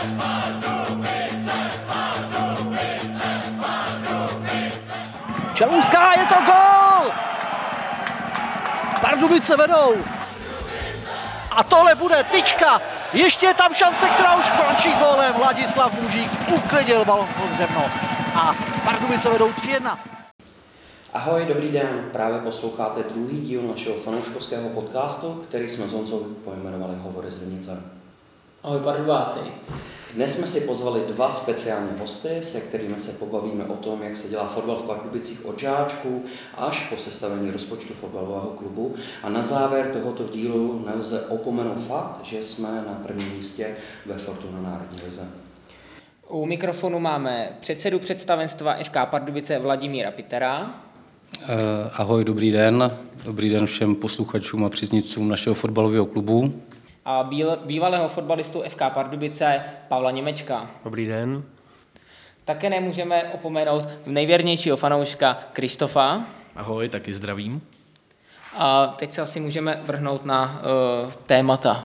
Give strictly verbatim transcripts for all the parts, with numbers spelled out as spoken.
Čelůská, je to gól! Pardubice vedou. A tohle bude tyčka. Ještě je tam šance, která už končí gólem. Ladislav Mužík uklidil balon pod zemno. A Pardubice vedou tři jedna. Ahoj, dobrý den. Právě posloucháte druhý díl našeho fanouškovského podcastu, který jsme s Honzou pojmenovali Hovory z Vinice. Ahoj Pardubáci. Dnes jsme si pozvali dva speciální hosty, se kterými se pobavíme o tom, jak se dělá fotbal v Pardubicích od žáčků až po sestavení rozpočtu fotbalového klubu. A na závěr tohoto dílu nelze opomenout fakt, že jsme na prvním místě ve Fortuna národní lize. U mikrofonu máme předsedu představenstva F K Pardubice Vladimíra Pitera. Ahoj, dobrý den. Dobrý den všem posluchačům a příznivcům našeho fotbalového klubu. A bývalého fotbalistu F K Pardubice Pavla Němečka. Dobrý den. Také nemůžeme opomenout nejvěrnějšího fanouška Krištofa. Ahoj, taky zdravím. A teď se asi můžeme vrhnout na uh, témata.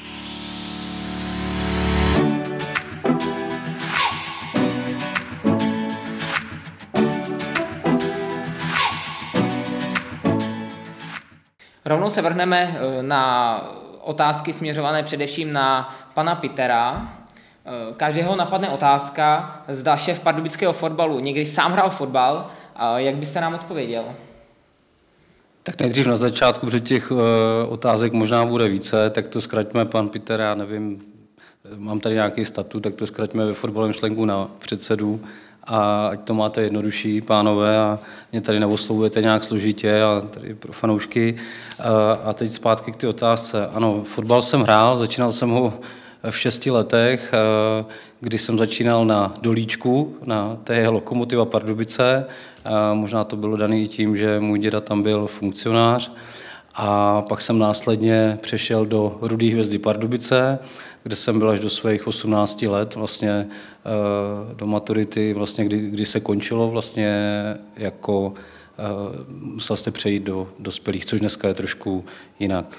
Rovnou se vrhneme na otázky směřované především na pana Pitera. Každého napadne otázka, zda šéf pardubického fotbalu někdy sám hrál fotbal. Jak byste nám odpověděl? Tak nejdřív na začátku, protože těch otázek možná bude více, tak to zkraťme, pan Piter, já nevím, mám tady nějaký statut, tak to zkraťme ve fotbalovém šlengu na předsedu. A ať to máte jednodušší, pánové, a mě tady neoslovujete nějak složitě a tady pro fanoušky. A teď zpátky k té otázce. Ano, fotbal jsem hrál, začínal jsem ho v šesti letech, kdy jsem začínal na Dolíčku, na té Lokomotiva Pardubice. Možná to bylo dané tím, že můj děda tam byl funkcionář. A pak jsem následně přešel do Rudé hvězdy Pardubice, kde jsem byl až do svých osmnácti let, vlastně do maturity, vlastně kdy, kdy se končilo vlastně jako musel jste přejít do dospělých, což dneska je trošku jinak.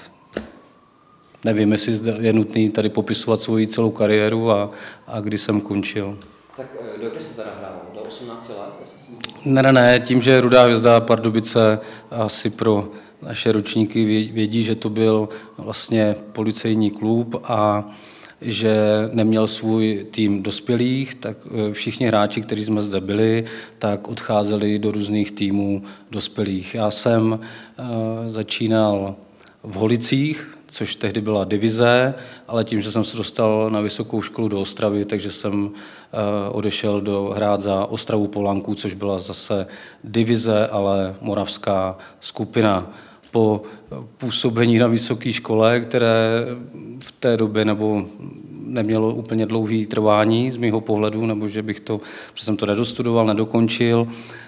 Nevím, jestli je nutný tady popisovat svoji celou kariéru a, a kdy jsem končil. Tak do kdy jste teda hrál? Do osmnácti let? Ne, ne, ne, tím, že Rudá hvězda Pardubice asi pro naše ročníky vědí, že to byl vlastně policejní klub a že neměl svůj tým dospělých, tak všichni hráči, kteří jsme zde byli, tak odcházeli do různých týmů dospělých. Já jsem začínal v Holicích, což tehdy byla divize, ale tím, že jsem se dostal na vysokou školu do Ostravy, takže jsem odešel do hrát za Ostravu Polanku, což byla zase divize, ale moravská skupina. Po působení na vysoké škole, které v té době nebo nemělo úplně dlouhý trvání z mého pohledu, nebo že bych to, že jsem to nedostudoval, nedokončil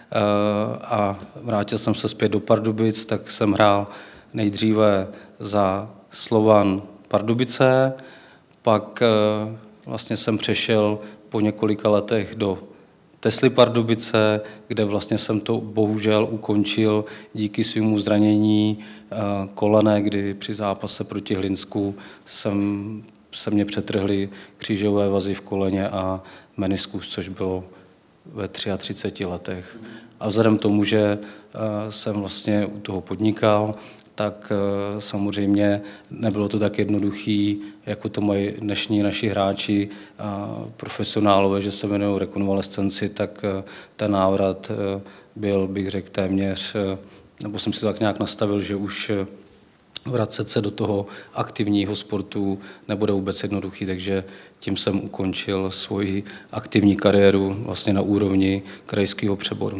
a vrátil jsem se zpět do Pardubic, tak jsem hrál nejdříve za Slovan Pardubice, pak vlastně jsem přešel po několika letech do Tesly Pardubice, kde vlastně jsem to bohužel ukončil díky svému zranění kolene, kdy při zápase proti Hlinsku jsem, se mě přetrhly křížové vazy v koleně a meniskus, což bylo ve třiatřiceti třech letech. A vzhledem k tomu, že jsem vlastně u toho podnikal, tak samozřejmě nebylo to tak jednoduchý, jako to mají dnešní naši hráči a profesionálové, že se věnují rekonvalescenci, tak ten návrat byl, bych řekl, téměř, nebo jsem si to tak nějak nastavil, že už vracet se do toho aktivního sportu nebude vůbec jednoduchý, takže tím jsem ukončil svoji aktivní kariéru vlastně na úrovni krajského přeboru.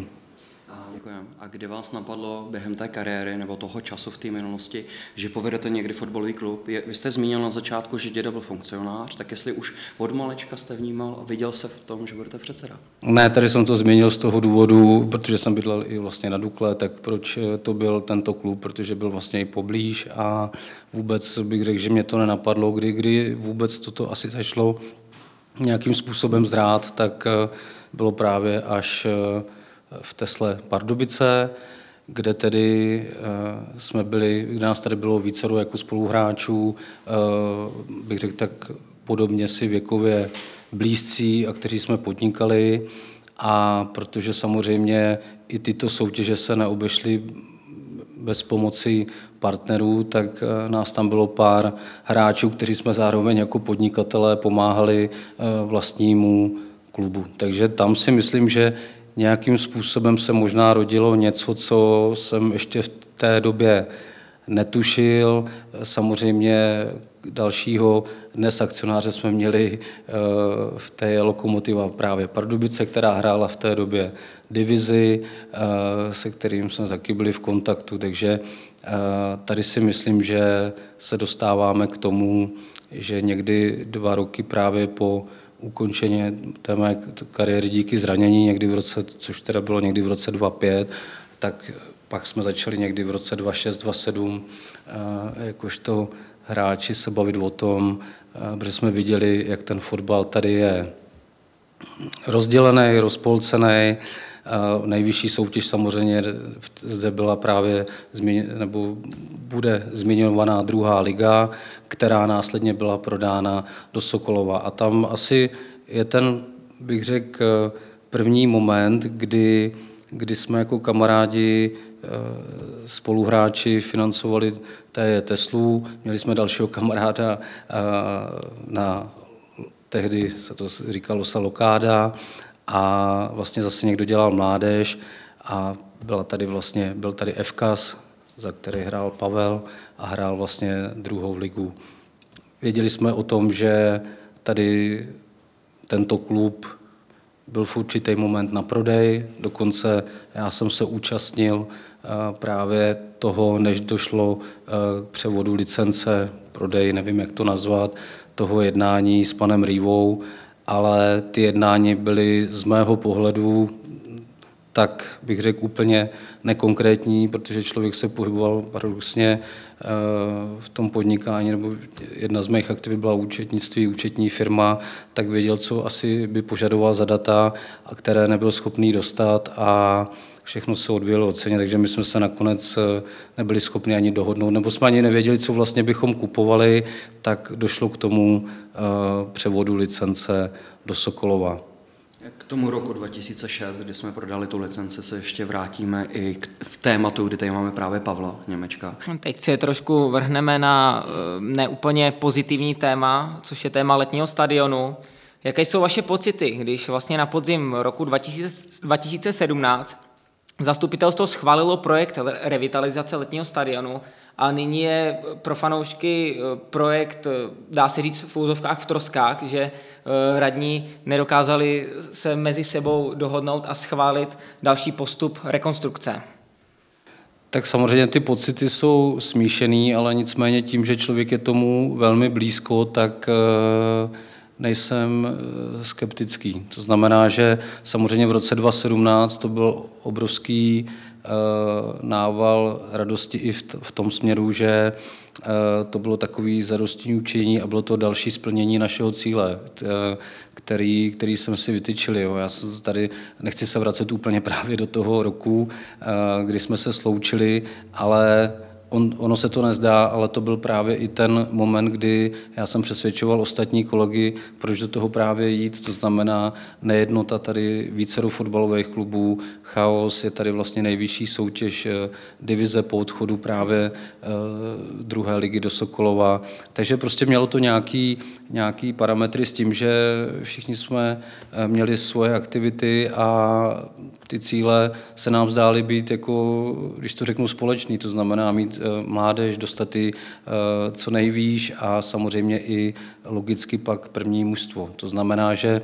A kdy vás napadlo během té kariéry nebo toho času v té minulosti, že povedete někdy fotbalový klub? Vy jste zmínil na začátku, že děda byl funkcionář, tak jestli už od malečka jste vnímal a viděl se v tom, že budete předseda? Ne, tady jsem to zmínil z toho důvodu, protože jsem bydlel i vlastně na Dukle, tak proč to byl tento klub, protože byl vlastně i poblíž a vůbec bych řekl, že mě to nenapadlo, kdy, kdy vůbec toto asi zašlo nějakým způsobem zrát, tak bylo právě až v Tesle Pardubice, kde tedy jsme byli, kde nás tady bylo vícero jako spoluhráčů, bych řekl tak podobně si věkově blízcí a kteří jsme podnikali. A protože samozřejmě i tyto soutěže se neobešly bez pomoci partnerů, tak nás tam bylo pár hráčů, kteří jsme zároveň jako podnikatelé pomáhali vlastnímu klubu. Takže tam si myslím, že nějakým způsobem se možná rodilo něco, co jsem ještě v té době netušil. Samozřejmě dalšího dnes akcionáře jsme měli v té Lokomotiva právě Pardubice, která hrála v té době divizi, se kterým jsme taky byli v kontaktu, takže tady si myslím, že se dostáváme k tomu, že někdy dva roky právě po ukončení té mé kariéry díky zranění, někdy v roce, což teda bylo někdy v roce dva tisíce pět, tak pak jsme začali někdy v roce dva tisíce šest, dva tisíce sedm jakožto hráči se bavit o tom, protože jsme viděli, jak ten fotbal tady je rozdělený, rozpolcený. Nejvyšší soutěž samozřejmě zde byla právě, nebo bude zmiňovaná druhá liga, která následně byla prodána do Sokolova. A tam asi je ten, bych řekl, první moment, kdy, kdy jsme jako kamarádi spoluhráči financovali té Teslu, měli jsme dalšího kamaráda na, tehdy se to říkalo Salokáda, a vlastně zase někdo dělal mládež a byla tady vlastně, byl tady F K A S, za který hrál Pavel a hrál vlastně druhou ligu. Věděli jsme o tom, že tady tento klub byl v určitý moment na prodej, dokonce já jsem se účastnil právě toho, než došlo k převodu licence, prodej, nevím, jak to nazvat, toho jednání s panem Rývou, ale ty jednání byly z mého pohledu tak bych řekl úplně nekonkrétní, protože člověk se pohyboval paradoxně v tom podnikání, nebo jedna z mých aktivit byla účetnictví, účetní firma, tak věděl, co asi by požadoval za data, a které nebyl schopný dostat, a všechno se odvíjelo od ceně, takže my jsme se nakonec nebyli schopni ani dohodnout, nebo jsme ani nevěděli, co vlastně bychom kupovali, tak došlo k tomu převodu licence do Sokolova. K tomu roku dva tisíce šest, kdy jsme prodali tu licenci, se ještě vrátíme i v tématu, kdy tady máme právě Pavla Němečka. Teď se trošku vrhneme na neúplně pozitivní téma, což je téma letního stadionu. Jaké jsou vaše pocity, když vlastně na podzim roku dva tisíce sedmnáct zastupitelstvo schválilo projekt revitalizace letního stadionu a nyní je pro fanoušky projekt, dá se říct v úzovkách v troskách, že radní nedokázali se mezi sebou dohodnout a schválit další postup rekonstrukce? Tak samozřejmě ty pocity jsou smíšený, ale nicméně tím, že člověk je tomu velmi blízko, tak nejsem skeptický. To znamená, že samozřejmě v roce dva tisíce sedmnáct to byl obrovský nával radosti i v tom směru, že to bylo takový zarostní učení a bylo to další splnění našeho cíle, který, který jsme si vytyčili. Jo. Já se tady nechci se vracet úplně právě do toho roku, kdy jsme se sloučili, ale On, ono se to nezdá, ale to byl právě i ten moment, kdy já jsem přesvědčoval ostatní kolegy, proč do toho právě jít. To znamená nejednota tady vícero fotbalových klubů, chaos, je tady vlastně nejvyšší soutěž divize po odchodu právě druhé ligy do Sokolova. Takže prostě mělo to nějaký, nějaký parametry s tím, že všichni jsme měli svoje aktivity a ty cíle se nám zdály být, jako, když to řeknu, společný. To znamená mít mládež, dostat ji co nejvýš a samozřejmě i logicky pak první mužstvo. To znamená, že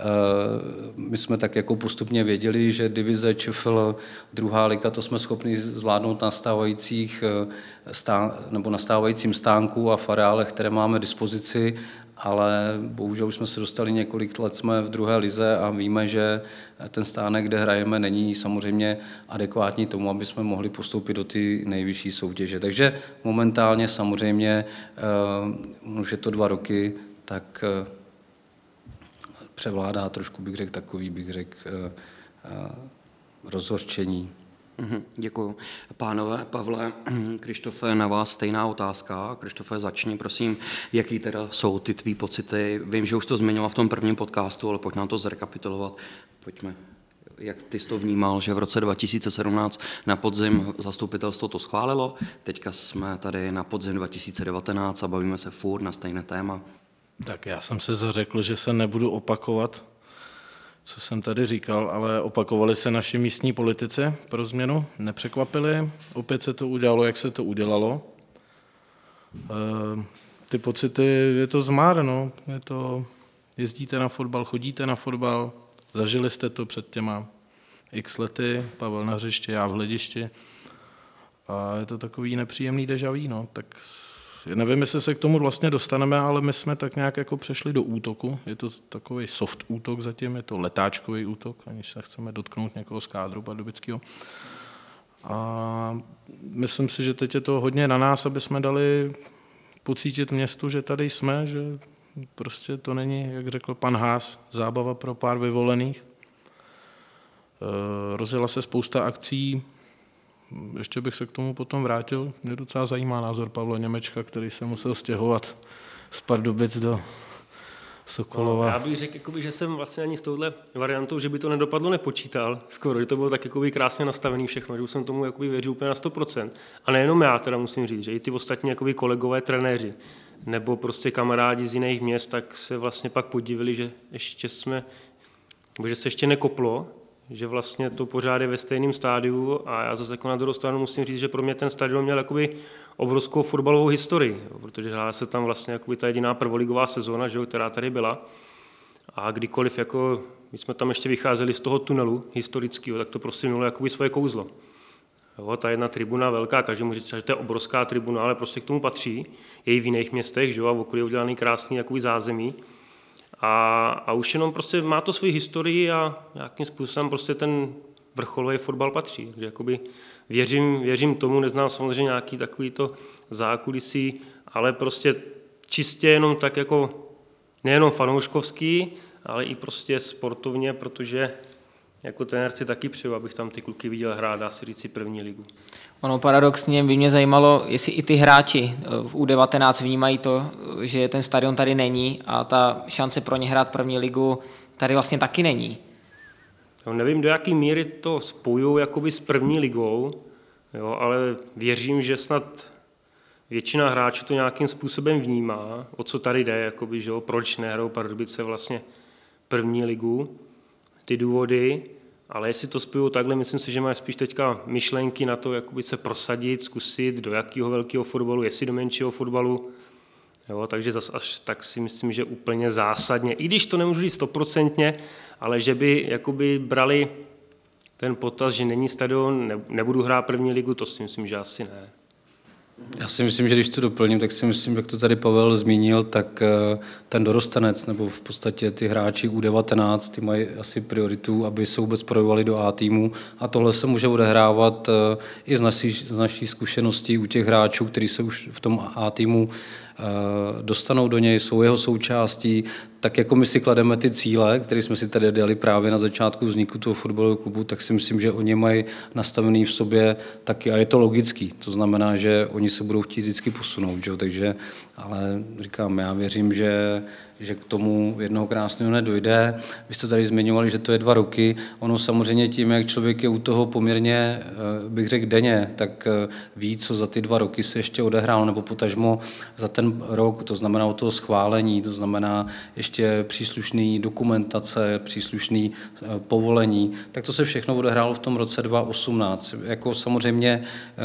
my jsme tak jako postupně věděli, že divize ČFL, druhá liga, to jsme schopni zvládnout na stávajících stán, nebo na stávajícím stánku a v areálech, které máme dispozici, ale bohužel už jsme se dostali několik let, jsme v druhé lize a víme, že ten stánek, kde hrajeme, není samozřejmě adekvátní tomu, aby jsme mohli postoupit do ty nejvyšší soutěže. Takže momentálně samozřejmě, už je to dva roky, tak převládá trošku, bych řekl, takový, bych řekl, rozhořčení. Mhm, děkuju. Pánové, Pavle, Krištofe, na vás stejná otázka. Krištofe, začni, prosím, jaký teda jsou ty tvý pocity? Vím, že už to zmiňoval v tom prvním podcastu, ale pojď nám to zrekapitulovat. Pojďme. Jak ty jsi to vnímal, že v roce dva tisíce sedmnáct na podzim zastupitelstvo to schválilo, teďka jsme tady na podzim dva tisíce devatenáct a bavíme se furt na stejné téma. Tak já jsem se zařekl, že se nebudu opakovat, co jsem tady říkal, ale opakovali se naši místní politici pro změnu, nepřekvapili, opět se to udělalo, jak se to udělalo. E, ty pocity, je to zmár, no, je to, jezdíte na fotbal, chodíte na fotbal, zažili jste to před těma x lety, Pavel na hřišti, já v hledišti a je to takový nepříjemný déjà vu, no, tak nevím, jestli se k tomu vlastně dostaneme, ale my jsme tak nějak jako přešli do útoku. Je to takový soft útok zatím, je to letáčkový útok, aniž se chceme dotknout někoho z kádru pardubického. A myslím si, že teď je to hodně na nás, aby jsme dali pocítit městu, že tady jsme, že prostě to není, jak řekl pan Haas, zábava pro pár vyvolených. E, rozjela se spousta akcí. Ještě bych se k tomu potom vrátil. Mě docela zajímá názor Pavla Němečka, který se musel stěhovat z Pardubic do Sokolova. No, já bych řekl, jakoby, že jsem vlastně ani s touhle variantou, že by to nedopadlo, nepočítal skoro, že to bylo tak jakoby krásně nastavený všechno, že už jsem tomu jakoby věřil úplně na sto procent. A nejenom já teda musím říct, že i ty ostatní jakoby kolegové, trenéři, nebo prostě kamarádi z jiných měst, tak se vlastně pak podívali, že ještě jsme, že se ještě nekoplo, že vlastně to pořád je ve stejném stádiu a já zase jako na druhou stranu musím říct, že pro mě ten stadion měl jakoby obrovskou fotbalovou historii, jo, protože hrála se tam vlastně jakoby ta jediná prvoligová sezóna, že jo, která tady byla a kdykoliv jako, my jsme tam ještě vycházeli z toho tunelu historického, tak to prostě mělo jakoby svoje kouzlo. Jo, ta jedna tribuna velká, každý může třeba, že to je obrovská tribuna, ale prostě k tomu patří, je i v jiných městech, že jo, a v okolí je udělaný krásný jakoby zázemí. A, a už jenom prostě má to svoji historii a nějakým způsobem prostě ten vrcholový fotbal patří. Takže jakoby věřím, věřím tomu, neznám samozřejmě nějaký takový to zákulisí, ale prostě čistě jenom tak jako nejenom fanouškovský, ale i prostě sportovně, protože jako trenér si taky přeju, abych tam ty kluky viděl hrát, dá se říct si první ligu. Ono paradoxně by mě zajímalo, jestli i ty hráči v U devatenáct vnímají to, že ten stadion tady není a ta šance pro ně hrát první ligu tady vlastně taky není. Jo, nevím, do jaké míry to spojují jakoby s první ligou, jo, ale věřím, že snad většina hráčů to nějakým způsobem vnímá, o co tady jde, jakoby, že jo, proč nehrajou Pardubice vlastně první ligu, ty důvody. Ale jestli to spojují takhle, myslím si, že mají spíš teďka myšlenky na to, jakoby se prosadit, zkusit do jakého velkého fotbalu, jestli do menšího fotbalu. Jo, takže zas až tak si myslím, že úplně zásadně, i když to nemůžu říct stoprocentně, ale že by jakoby brali ten potaz, že není stadion, ne, nebudu hrát první ligu, to si myslím, že asi ne. Já si myslím, že když to doplním, tak si myslím, jak to tady Pavel zmínil, tak ten dorostanec, nebo v podstatě ty hráči U devatenáct, ty mají asi prioritu, aby se vůbec projevovali do A týmu a tohle se může odehrávat i z naší, z naší zkušeností u těch hráčů, kteří se už v tom A týmu dostanou do něj, jsou jeho součástí, tak jako my si klademe ty cíle, které jsme si tady dali právě na začátku vzniku toho fotbalového klubu, tak si myslím, že oni mají nastavený v sobě taky a je to logický. To znamená, že oni se budou chtít vždycky posunout, že? Takže, ale říkám, já věřím, že, že k tomu jednoho krásného nedojde. Vy jste tady zmiňovali, že to je dva roky. Ono samozřejmě tím, jak člověk je u toho poměrně, bych řekl, denně, tak ví, co za ty dva roky se ještě odehrálo, nebo potažmo za ten rok, to znamená o toho schválení, to znamená ještě příslušný dokumentace, příslušný povolení, tak to se všechno odehrálo v tom roce dva tisíce osmnáct. Jako samozřejmě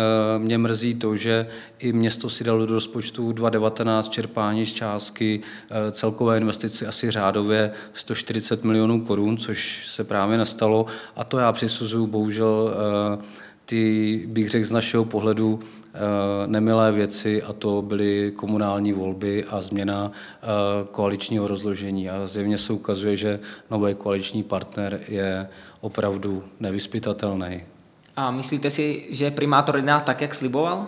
mě mrzí to, že i město si dalo do rozpočtu dva tisíce devatenáct čerpání z částky celkové investice asi řádově sto čtyřicet milionů korun, což se právě nestalo a to já přisuzuju bohužel ty, bych řekl z našeho pohledu, nemilé věci a to byly komunální volby a změna koaličního rozložení a zjevně se ukazuje, že nový koaliční partner je opravdu nevyzpytatelný. A myslíte si, že primátor jedná tak, jak sliboval?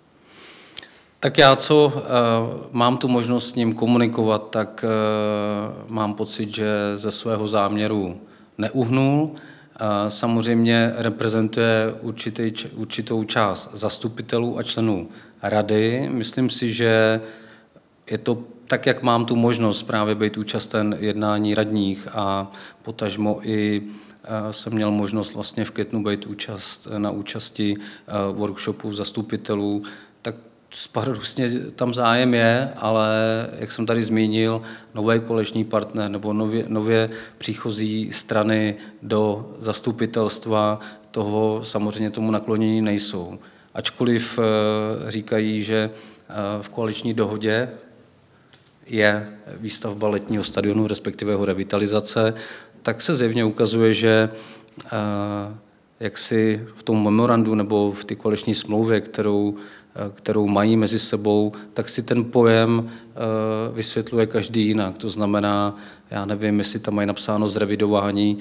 Tak já, co uh, mám tu možnost s ním komunikovat, tak uh, mám pocit, že ze svého záměru neuhnul. samozřejmě reprezentuje určitý, určitou část zastupitelů a členů rady. Myslím si, že je to tak, jak mám tu možnost právě být účasten jednání radních a potažmo i jsem měl možnost vlastně v květnu být účast, na účasti workshopu zastupitelů, tak paradoxně tam zájem je, ale jak jsem tady zmínil, nový koaliční partner nebo nově, nově příchozí strany do zastupitelstva toho samozřejmě tomu naklonění nejsou. Ačkoliv říkají, že v koaliční dohodě je výstavba letního stadionu, respektive jeho revitalizace, tak se zjevně ukazuje, že jak si v tom memorandu nebo v té koaliční smlouvě, kterou, kterou mají mezi sebou, tak si ten pojem vysvětluje každý jinak. To znamená, já nevím, jestli tam mají napsáno zrevidování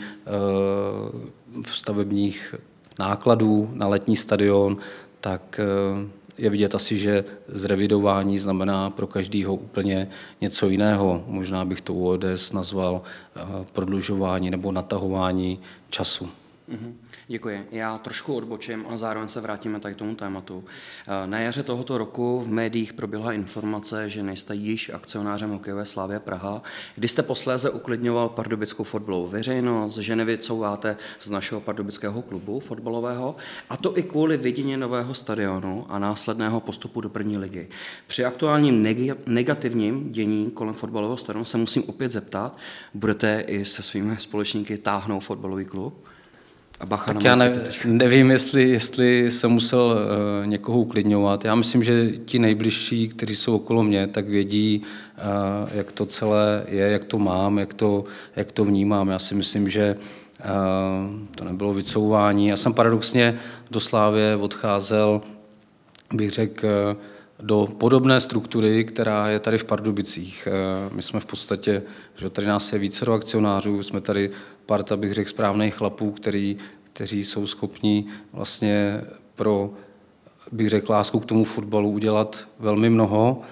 stavebních nákladů na letní stadion, tak je vidět asi, že zrevidování znamená pro každého úplně něco jiného. Možná bych to u O D S nazval prodlužování nebo natahování času. Mm-hmm. Děkuji. Já trošku odbočím a zároveň se vrátíme tady k tomu tématu. Na jaře tohoto roku v médiích proběhla informace, že nejste již akcionářem hokejové Slavie Praha, kdy jste posléze uklidňoval pardubickou fotbalovou veřejnost, že nevycouváte z našeho pardubického klubu fotbalového, a to i kvůli vidění nového stadionu a následného postupu do první ligy. Při aktuálním negativním dění kolem fotbalového stadionu se musím opět zeptat, budete i se svými společníky táhnout fotbalový klub? Bacha, tak já ne, nevím, jestli, jestli jsem musel uh, někoho uklidňovat. Já myslím, že ti nejbližší, kteří jsou okolo mě, tak vědí, uh, jak to celé je, jak to mám, jak to, jak to vnímám. Já si myslím, že uh, to nebylo vycouvání. Já jsem paradoxně do Slávie odcházel, bych řekl, uh, do podobné struktury, která je tady v Pardubicích. My jsme v podstatě, že tady nás je vícero akcionářů, jsme tady parta, bych řekl, správných chlapů, který, kteří jsou schopní vlastně pro, bych řekl, lásku k tomu fotbalu udělat velmi mnoho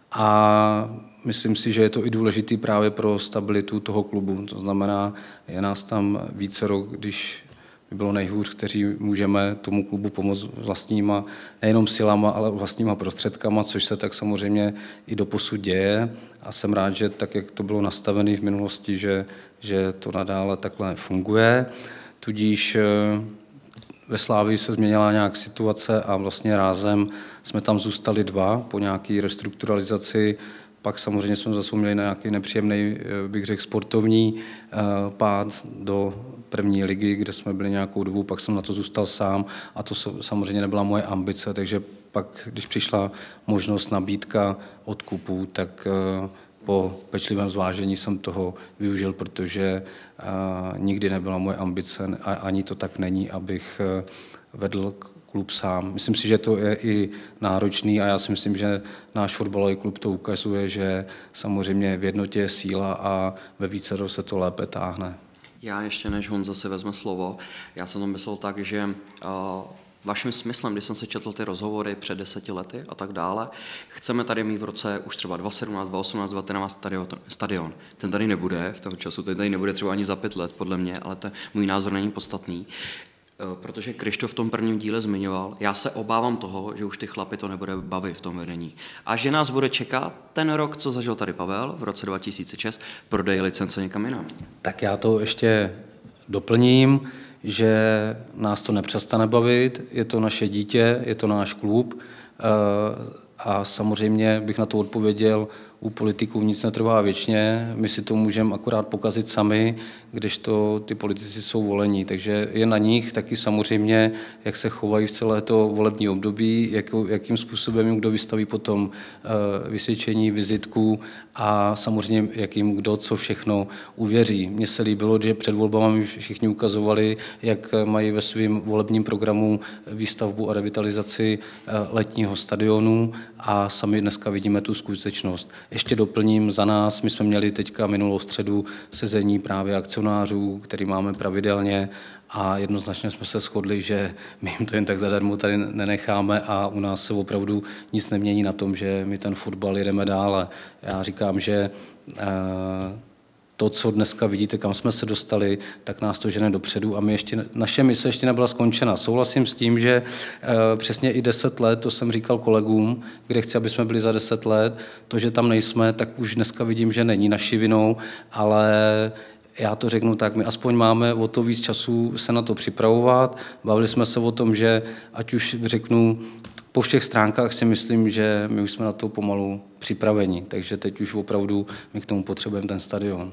a myslím si, že je to i důležitý právě pro stabilitu toho klubu. To znamená, je nás tam vícero, když bylo nejhůř, kteří můžeme tomu klubu pomoct vlastníma, nejenom silama, ale vlastníma prostředkama, což se tak samozřejmě i doposud děje. A jsem rád, že tak, jak to bylo nastavené v minulosti, že, že to nadále takhle funguje. Tudíž ve Slávii se změnila nějak situace a vlastně rázem jsme tam zůstali dva po nějaké restrukturalizaci. Pak samozřejmě jsme zase měli nějaký nepříjemný, bych řekl, sportovní pád do první ligy, kde jsme byli nějakou dobu, pak jsem na to zůstal sám a to samozřejmě nebyla moje ambice, takže pak, když přišla možnost nabídka odkupu, tak po pečlivém zvážení jsem toho využil, protože nikdy nebyla moje ambice a ani to tak není, abych vedl klub sám. Myslím si, že to je i náročný a já si myslím, že náš fotbalový klub to ukazuje, že samozřejmě v jednotě je síla a ve vícero se to lépe táhne. Já ještě, než Honza si vezme slovo, já jsem to myslel tak, že uh, vaším smyslem, když jsem se četl ty rozhovory před deseti lety a tak dále, chceme tady mít v roce už třeba dva tisíce sedmnáct, dva tisíce osmnáct, dva tisíce devatenáct stadion. Ten tady nebude v tom času, ten tady nebude třeba ani za pět let, podle mě, ale to můj názor není podstatný. Protože Krištof v tom prvním díle zmiňoval, já se obávám toho, že už ty chlapy to nebude bavit v tom vedení. A že nás bude čekat ten rok, co zažil tady Pavel v roce dva tisíce šest, prodej licence někam jinam. Tak já to ještě doplním, že nás to nepřestane bavit, je to naše dítě, je to náš klub a samozřejmě bych na to odpověděl, u politiků nic netrvá věčně, my si to můžeme akorát pokazit sami, kdežto ty politici jsou volení, takže je na nich taky samozřejmě, jak se chovají v celé to volební období, jak, jakým způsobem jim kdo vystaví potom vysvědčení, vizitku a samozřejmě jakým kdo co všechno uvěří. Mně se líbilo, že před volbami všichni ukazovali, jak mají ve svém volebním programu výstavbu a revitalizaci letního stadionu a sami dneska vidíme tu skutečnost. Ještě doplním za nás, my jsme měli teďka minulou středu sezení právě akcionářů, který máme pravidelně a jednoznačně jsme se shodli, že my jim to jen tak zadarmo tady nenecháme a u nás se opravdu nic nemění na tom, že my ten fotbal jedeme dále. Já říkám, že to, co dneska vidíte, kam jsme se dostali, tak nás to žene dopředu a my ještě, naše mise ještě nebyla skončena. Souhlasím s tím, že e, přesně i deset let, to jsem říkal kolegům, kde chci, aby jsme byli za deset let, to, že tam nejsme, tak už dneska vidím, že není naší vinou, ale já to řeknu tak, my aspoň máme o to víc času se na to připravovat. Bavili jsme se o tom, že ať už řeknu, po všech stránkách si myslím, že my už jsme na to pomalu připraveni, takže teď už opravdu my k tomu potřebujeme ten stadion.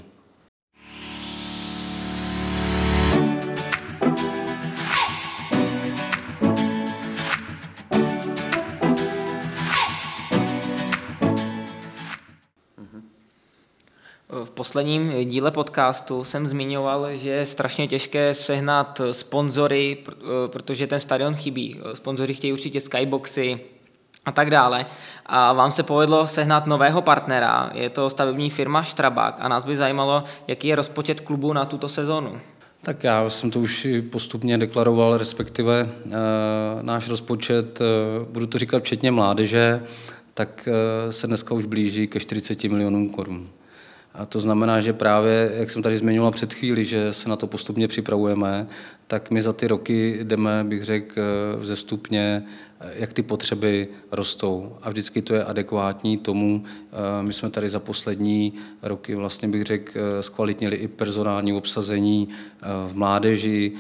V posledním díle podcastu jsem zmiňoval, že je strašně těžké sehnat sponzory, protože ten stadion chybí. Sponzoři chtějí určitě skyboxy a tak dále. A vám se povedlo sehnat nového partnera, je to stavební firma Strabag a nás by zajímalo, jaký je rozpočet klubu na tuto sezonu. Tak já jsem to už postupně deklaroval, respektive e, náš rozpočet, e, budu to říkat včetně mládeže, tak e, se dneska už blíží ke čtyřiceti milionům korun. A to znamená, že právě, jak jsem tady zmiňoval před chvíli, že se na to postupně připravujeme, tak my za ty roky jdeme, bych řekl, vzestupně, jak ty potřeby rostou. A vždycky to je adekvátní tomu. My jsme tady za poslední roky, vlastně bych řekl, zkvalitnili i personální obsazení v mládeži,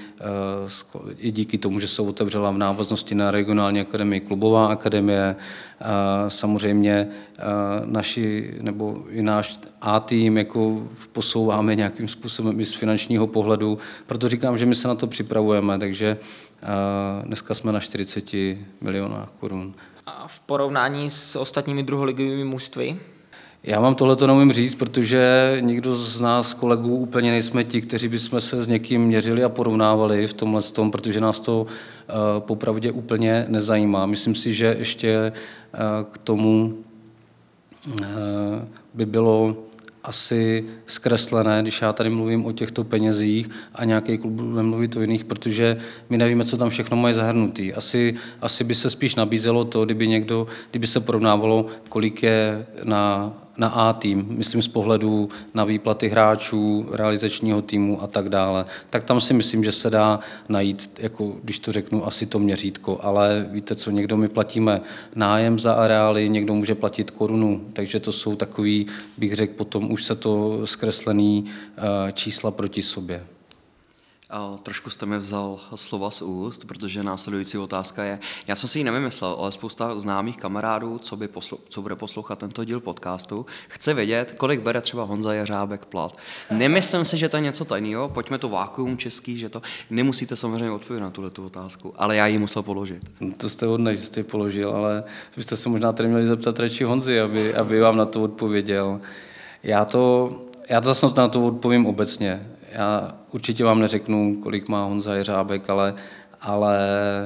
i díky tomu, že se otevřela v návaznosti na regionální akademii klubová akademie. Samozřejmě naši, nebo i náš A-tým jako posouváme nějakým způsobem i z finančního pohledu. Proto říkám, že my se na to připravujeme, takže dneska jsme na čtyřiceti milionách korun. A v porovnání s ostatními druholigovými mužstvy? Já vám tohle to neumím říct, protože nikdo z nás kolegů úplně nejsme ti, kteří bychom se s někým měřili a porovnávali v tomhle tom, protože nás to uh, popravdě úplně nezajímá. Myslím si, že ještě uh, k tomu uh, by bylo asi zkreslené, když já tady mluvím o těchto penězích a nějaký klub bude mluvit o jiných, protože my nevíme, co tam všechno mají zahrnutý. Asi, asi by se spíš nabízelo to, kdyby někdo, kdyby se porovnávalo, kolik je na, na A tým, myslím z pohledu na výplaty hráčů, realizačního týmu a tak dále. Tak tam si myslím, že se dá najít, jako když to řeknu, asi to měřítko, ale víte co, někdo my platíme nájem za areály, někdo může platit korunu, takže to jsou takový, bych řekl, potom už se to zkreslený čísla proti sobě. A trošku jste mi vzal slova z úst, protože následující otázka je, já jsem si ji nevymyslel, ale spousta známých kamarádů, co, by poslu, co bude poslouchat tento díl podcastu, chce vědět, kolik bere třeba Honza Jeřábek plat. Nemyslím si, že to je něco tajného, pojďme to vákuum český, že to nemusíte samozřejmě odpovědět na tuhle otázku, ale já ji musel položit. To jste hodnej, že jste ji položil, ale byste se možná tady měli zeptat radši Honzi, aby, aby vám na to odpověděl. Já to, já to zase na to odpovím obecně. Já určitě vám neřeknu, kolik má Honza Jeřábek, ale, ale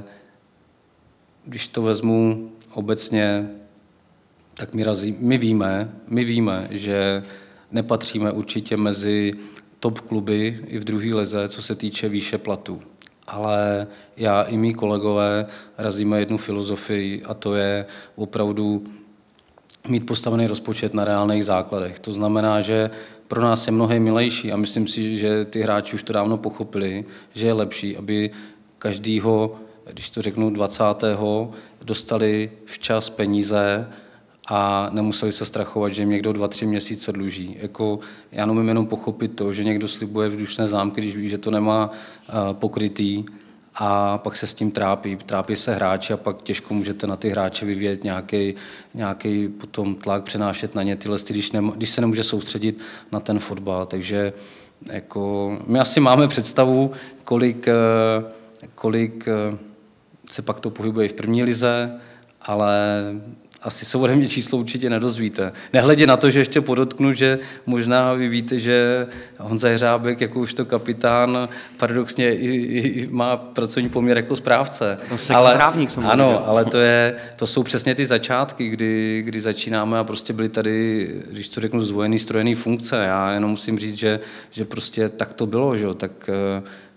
když to vezmu obecně, tak my, razí, my, víme, my víme, že nepatříme určitě mezi top kluby i v druhé lize, co se týče výše platu. Ale já i mý kolegové razíme jednu filozofii a to je opravdu mít postavený rozpočet na reálných základech. To znamená, že pro nás je mnohem milejší a myslím si, že ty hráči už to dávno pochopili, že je lepší, aby každýho, když to řeknu dvacátého dostali včas peníze a nemuseli se strachovat, že jim někdo dva, tři měsíce dluží. Jako, já nemůžu jenom pochopit to, že někdo slibuje vzdušné zámky, když ví, že to nemá uh, pokrytý, a pak se s tím trápí. Trápí se hráči a pak těžko můžete na ty hráče vyvíjet nějaký, nějaký potom tlak, přenášet na ně tyhle, když, ne, když se nemůže soustředit na ten fotbal. Takže jako, my asi máme představu, kolik, kolik se pak to pohybuje v první lize, ale asi se ode mě číslo určitě nedozvíte. Nehledě na to, že ještě podotknu, že možná vy víte, že Honza Jeřábek, jako už to kapitán, paradoxně i, i má pracovní poměr jako správce. No, ale, trávník, ano, viděl. Ale to, je, to jsou přesně ty začátky, kdy, kdy začínáme a prostě byly tady, když to řeknu, zdvojený, strojený funkce. Já jenom musím říct, že, že prostě tak to bylo, že? Tak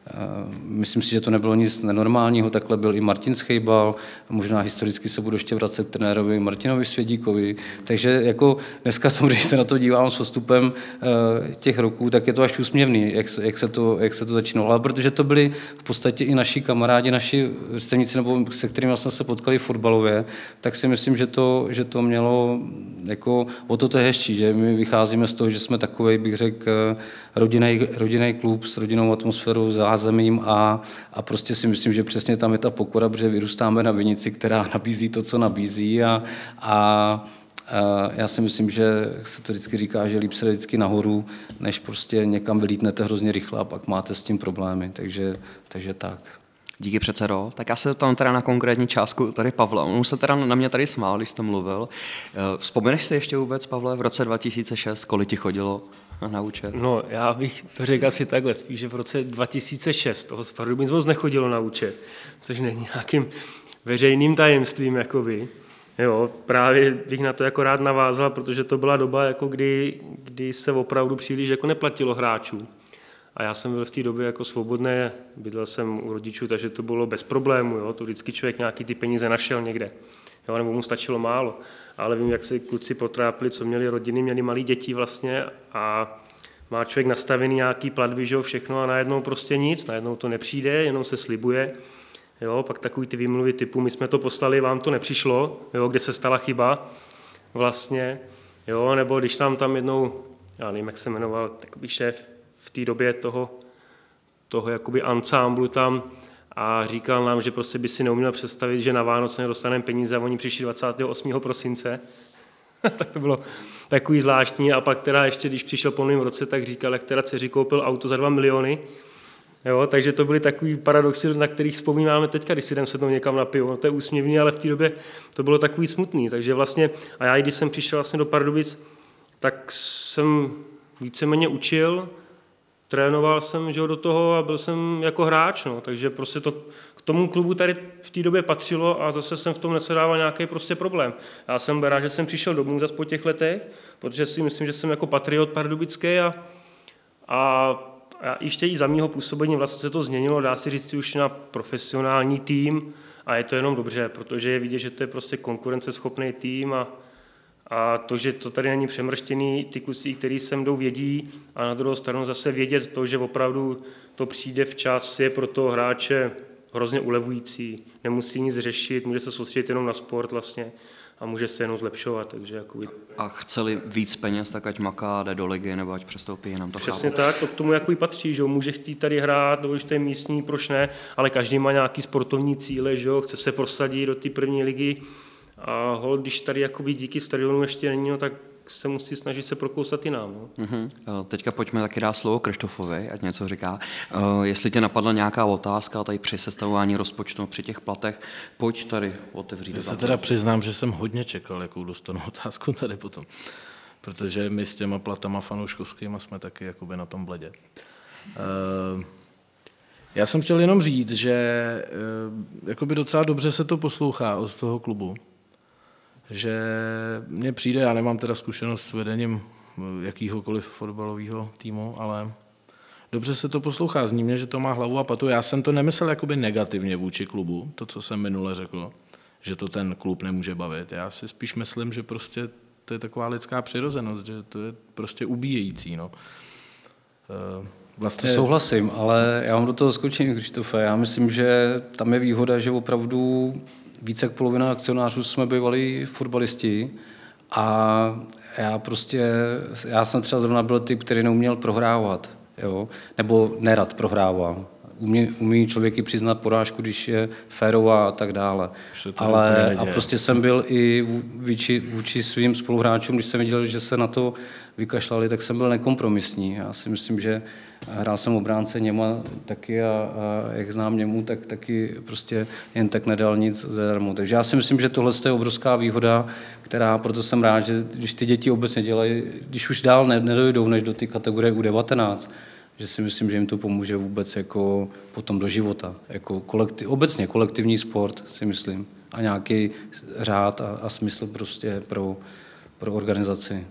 Myslím si, že to nebylo nic nenormálního, takhle byl i Martin Schejbal, možná historicky se budu ještě vracet k trenérovi Martinovi Svědíkovi, takže jako dneska samozřejmě, když se na to dívám s postupem těch roků, tak je to až úsměvný, jak se, jak se, to, jak se to začínalo, ale protože to byli v podstatě i naši kamarádi, naši vrstevníci, nebo se kterými jsme se potkali fotbalově, tak si myslím, že to, že to mělo jako o to to je hezčí, že my vycházíme z toho, že jsme takovej, bych řekl, rodinný klub s rodinnou atmosférou, zázemím a, a prostě si myslím, že přesně tam je ta pokora, protože vyrůstáme na vinici, která nabízí to, co nabízí a, a já si myslím, že se to vždycky říká, že líp se jde vždycky nahoru, než prostě někam vylítnete hrozně rychle a pak máte s tím problémy, takže, takže tak. Díky předsedo. Tak já se tam teda na konkrétní částku tady Pavla. On se teda na mě tady smál, když jste mluvil. Vzpomeneš si ještě vůbec, Pavle, v roce dva tisíce šest, kolik ti chodilo na účet? No, já bych to řekl asi takhle, spíš, že v roce dva tisíce šest toho z Pardubic moc nechodilo na účet, což není nějakým veřejným tajemstvím, jakoby. Jo, právě bych na to jako rád navázal, protože to byla doba, jako kdy, kdy se opravdu příliš jako neplatilo hráčů. A já jsem byl v té době jako svobodný, bydlel jsem u rodičů, takže to bylo bez problému. Jo? To vždycky člověk nějaký ty peníze našel někde, jo? Nebo mu stačilo málo. Ale vím, jak se kluci potrápili, co měli rodiny, měli malé děti vlastně a má člověk nastavený nějaký platby, že všechno a najednou prostě nic, najednou to nepřijde, jenom se slibuje. Jo? Pak takový ty výmluvy typu, my jsme to poslali, vám to nepřišlo, jo? Kde se stala chyba vlastně. Jo? Nebo když tam tam jednou, já nevím, jak se jmenoval, takový šéf v té době toho, toho jakoby ansámblu tam a říkal nám, že prostě by si neuměl představit, že na Vánoce nedostaneme peníze a oni přišli dvacátého osmého prosince. Tak to bylo takový zvláštní a pak teda ještě, když přišel po novém roce, tak říkal, jak teda dceři koupil auto za dva miliony. Jo, takže to byly takový paradoxy, na kterých vzpomínáme teďka, když si jdem sednout někam na pivo. No, to je úsměvný, ale v té době to bylo takový smutný. Takže vlastně, a já, když jsem přišel vlastně do Pardubic, tak jsem víceméně učil, trénoval jsem, že do toho a byl jsem jako hráč, no, takže prostě to k tomu klubu tady v té době patřilo a zase jsem v tom nesedával nějaký prostě problém. Já jsem rád, že jsem přišel domů zase po těch letech, protože si myslím, že jsem jako patriot pardubický a, a, a ještě i za mýho působení vlastně se to změnilo, dá se říct už na profesionální tým a je to jenom dobře, protože je vidět, že to je prostě konkurenceschopný tým a A to, že to tady není přemrštěný, ty kluci, kteří sem jdou, vědí a na druhou stranu zase vědět to, že opravdu to přijde včas, je pro toho hráče hrozně ulevující. Nemusí nic řešit, může se soustředit jenom na sport vlastně a může se jenom zlepšovat. Takže jakoby... A chceli víc peněz, tak ať maká, jde do ligy nebo ať přestoupí, jenom to Přesně chápu. tak, to k tomu jakoby patří, že může chtít tady hrát, nebo když to je místní, proč ne, ale každý má nějaký sportovní cíle, že jo, chce se prosadit do té první ligy. A hol, když tady jakoby díky stadionu ještě není, no, tak se musí snažit se prokousat i nám. No. Uh-huh. Teďka pojďme taky dát slovo Krištofovi, ať něco říká. Uh, jestli tě napadla nějaká otázka tady při sestavování rozpočtu, při těch platech, pojď tady otevřít. Já se teda přiznám, že jsem hodně čekal, jakou dostanu otázku tady potom. Protože my s těma platama fanouškovskýma jsme taky jakoby na tom bledě. Uh, já jsem chtěl jenom říct, že uh, jakoby docela dobře se to poslouchá od toho klubu. Že mně přijde, já nemám teda zkušenost s vedením jakýhokoliv fotbalového týmu, ale dobře se to poslouchá, zní mě, že to má hlavu a patu. Já jsem to nemyslel jakoby negativně vůči klubu, to, co jsem minule řekl, že to ten klub nemůže bavit. Já si spíš myslím, že prostě to je taková lidská přirozenost, že to je prostě ubíjející. No. Vlastně... To souhlasím, ale já vám do toho skočím, Krištofe. Já myslím, že tam je výhoda, že opravdu více jak polovina akcionářů jsme bývali fotbalisti a já prostě, já jsem třeba zrovna byl typ, který neuměl prohrávat, jo? Nebo nerad prohrával. Umí, umí člověk i přiznat porážku, když je férová a tak dále. Ale a prostě jsem byl i vůči, vůči svým spoluhráčům, když jsem viděl, že se na to vykašlali, tak jsem byl nekompromisní. Já si myslím, že hrál jsem obránce Něma taky a, a jak znám Němu, tak taky prostě jen tak nedal nic zadarmo. Takže já si myslím, že tohle je obrovská výhoda, která, proto jsem rád, že když ty děti obecně dělají, když už dál nedojdou než do ty kategorie U devatenáct, že si myslím, že jim to pomůže vůbec jako potom do života. Jako kolektiv, obecně kolektivní sport, si myslím. A nějaký řád a, a smysl prostě pro, pro organizaci.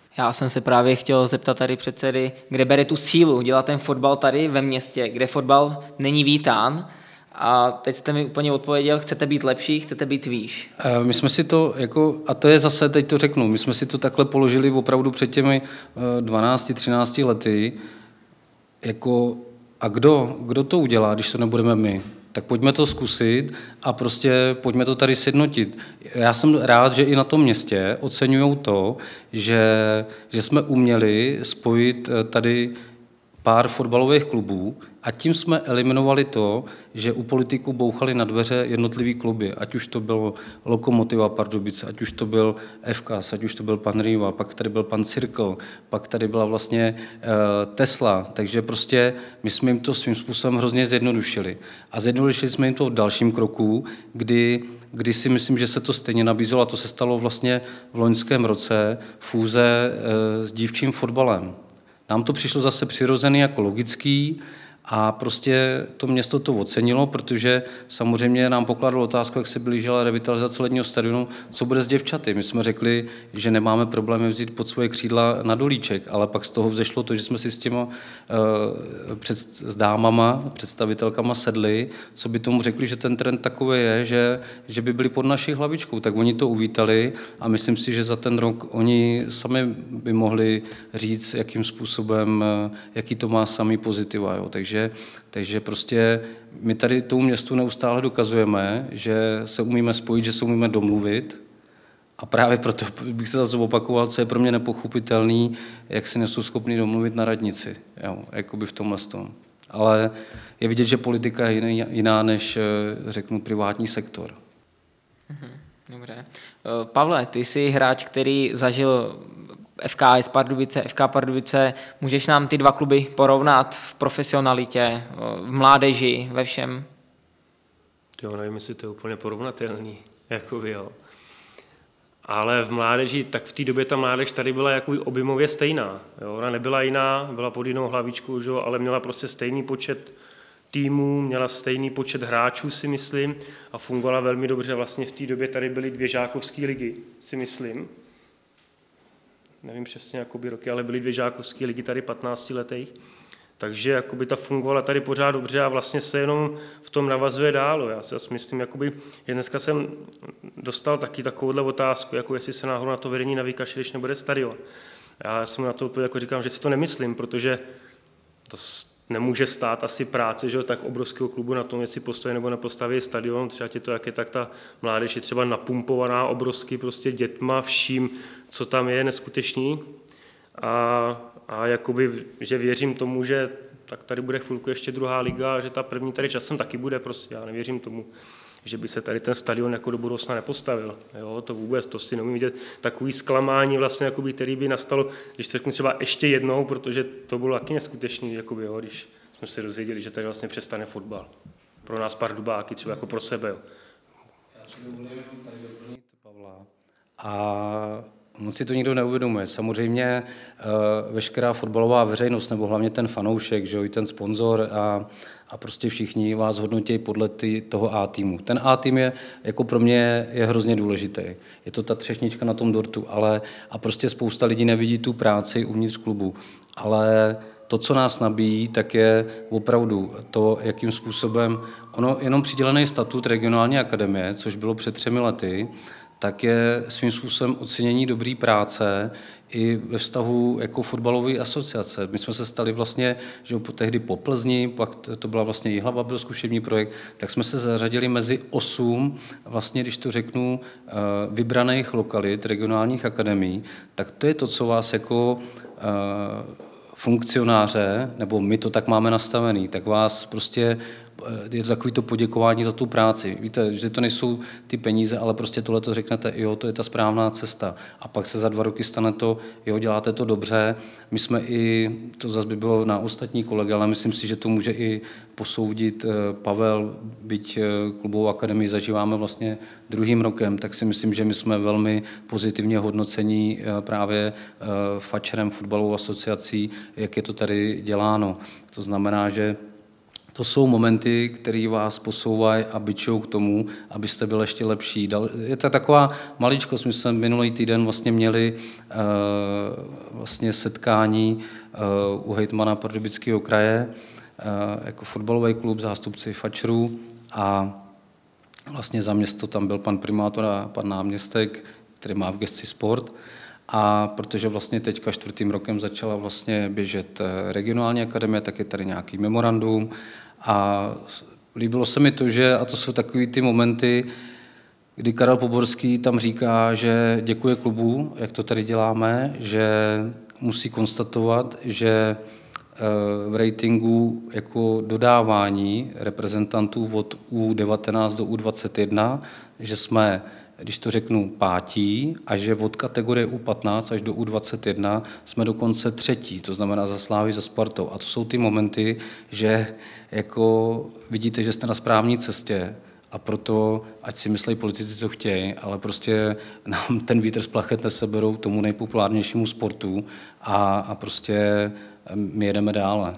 Já jsem se právě chtěl zeptat tady předsedy, kde bere tu sílu dělat ten fotbal tady ve městě, kde fotbal není vítán. A teď jste mi úplně odpověděl, chcete být lepší, chcete být výš. My jsme si to, jako, a to je zase, teď to řeknu, my jsme si to takhle položili opravdu před těmi dvanácti třinácti lety, jako, a kdo, kdo to udělá, když to nebudeme my? Tak pojďme to zkusit a prostě pojďme to tady sjednotit. Já jsem rád, že i na tom městě oceňují to, že, že jsme uměli spojit tady pár fotbalových klubů a tím jsme eliminovali to, že u politiků bouchali na dveře jednotlivý kluby, ať už to bylo Lokomotiva Pardubice, ať už to byl F K A S, ať už to byl pan Rýva, pak tady byl pan Cirkl, pak tady byla vlastně uh, Tesla, takže prostě my jsme jim to svým způsobem hrozně zjednodušili. A zjednodušili jsme jim to v dalším kroku, kdy, kdy si myslím, že se to stejně nabízelo, a to se stalo vlastně v loňském roce, fúze uh, s dívčím fotbalem. Nám to přišlo zase přirozený jako logický a prostě to město to ocenilo, protože samozřejmě nám pokládalo otázku, jak se blížila revitalizace ledního stadionu, co bude s děvčaty. My jsme řekli, že nemáme problémy vzít pod svoje křídla na Dolíček, ale pak z toho vzešlo to, že jsme si s těma uh, před, s dámama, představitelkama sedli, co by tomu řekli, že ten trend takový je, že, že by byli pod naší hlavičkou. Tak oni to uvítali a myslím si, že za ten rok oni sami by mohli říct, jakým způsobem, jaký to má samý pozitiva. Jo. Takže Takže, takže prostě my tady tomu městu neustále dokazujeme, že se umíme spojit, že se umíme domluvit a právě proto bych se zase opakoval, co je pro mě nepochopitelný, jak si nejsou schopni domluvit na radnici, jo, jakoby v tomhle tom. Ale je vidět, že politika je jiná než, řeknu, privátní sektor. Dobře. Pavle, ty jsi hráč, který zažil F K A S Pardubice, F K Pardubice, můžeš nám ty dva kluby porovnat v profesionalitě, v mládeži, ve všem? Jo, nevím, jestli to je úplně porovnatelný, jakoby, jo. Ale v mládeži, tak v té době ta mládež tady byla jakoby objemově stejná. Jo. Ona nebyla jiná, byla pod jinou hlavičkou, že, ale měla prostě stejný počet týmů, měla stejný počet hráčů, si myslím, a fungovala velmi dobře. Vlastně v té době tady byly dvě žákovské ligy, si myslím. Nevím přesně jakoby roky, ale byly dvě žákovské ligy tady patnáctiletých. Takže jakoby ta fungovala tady pořád dobře a vlastně se jenom v tom navazuje dál. Já si myslím, jakoby, že dneska jsem dostal taky takovouhle otázku, jako jestli se náhodou na to vedení navykaše, když nebude stadion. Já jsem na to odpověděl, jako říkám, že si to nemyslím, protože to nemůže stát asi práce, že tak obrovského klubu na tom, jestli postaví nebo nepostaví stadion, třeba tě to, jak je, tak ta mládež je třeba napumpovaná obrovsky prostě dětma, vším, co tam je, neskutečný. A, a jakoby, že věřím tomu, že tak tady bude chvilku ještě druhá liga a že ta první tady časem taky bude, prostě já nevěřím tomu, že by se tady ten stadion jako do budoucna nepostavil. Jo, to vůbec, to si neumím vidět, takový zklamání vlastně, jakoby, který by nastalo, když to řeknu třeba ještě jednou, protože to bylo taky neskutečný, jakoby, jo, když jsme se dozvěděli, že tady vlastně přestane fotbal. Pro nás Pardubáky, třeba jako pro sebe. Jo. Já si dovolím tady doplnit Pavla. A moc si to nikdo neuvědomuje. Samozřejmě uh, veškerá fotbalová veřejnost, nebo hlavně ten fanoušek, že jo, i ten sponzor a, a prostě všichni vás hodnotí podle ty, toho A týmu. Ten A tým je, jako pro mě, je hrozně důležitý. Je to ta třešnička na tom dortu, ale a prostě spousta lidí nevidí tu práci uvnitř klubu. Ale to, co nás nabíjí, tak je opravdu to, jakým způsobem, ono jenom přidělený statut regionální akademie, což bylo před třemi lety, tak je svým způsobem ocenění dobré práce i ve vztahu jako fotbalové asociace. My jsme se stali vlastně, že tehdy po Plzni, pak to byla vlastně Jihlava, byl zkušební projekt, tak jsme se zařadili mezi osm, vlastně, když to řeknu, vybraných lokalit, regionálních akademií, tak to je to, co vás jako funkcionáře, nebo my to tak máme nastavený, tak vás prostě je to takový to poděkování za tu práci. Víte, že to nejsou ty peníze, ale prostě tohle to řeknete, jo, to je ta správná cesta. A pak se za dva roky stane to, jo, děláte to dobře. My jsme i, to zase by bylo na ostatní kolegy, ale myslím si, že to může i posoudit Pavel, byť klubovou akademii zažíváme vlastně druhým rokem, tak si myslím, že my jsme velmi pozitivně hodnocení právě fačerem, fotbalovou asociací, jak je to tady děláno. To znamená, že to jsou momenty, které vás posouvají a bičou k tomu, abyste byl ještě lepší. Je to taková maličkost. My jsme minulý týden vlastně měli uh, vlastně setkání uh, u hejtmana Pardubického kraje uh, jako fotbalový klub, zástupci fačrů a vlastně za město tam byl pan primátor a pan náměstek, který má v gesci sport. A protože vlastně teďka čtvrtým rokem začala vlastně běžet regionální akademie, tak je tady nějaký memorandum a líbilo se mi to, že, a to jsou takový ty momenty, kdy Karel Poborský tam říká, že děkuje klubu, jak to tady děláme, že musí konstatovat, že v ratingu jako dodávání reprezentantů od U devatenáct do U dvacet jedna, že jsme, když to řeknu, pátí a že od kategorie U patnáct až do U dvacet jedna jsme dokonce třetí, to znamená za Slávy, za Spartou. A to jsou ty momenty, že jako vidíte, že jste na správné cestě a proto, ať si myslí politici, co chtějí, ale prostě nám ten vítr z plachet neseberou tomu nejpopulárnějšímu sportu a, a prostě my jedeme dále.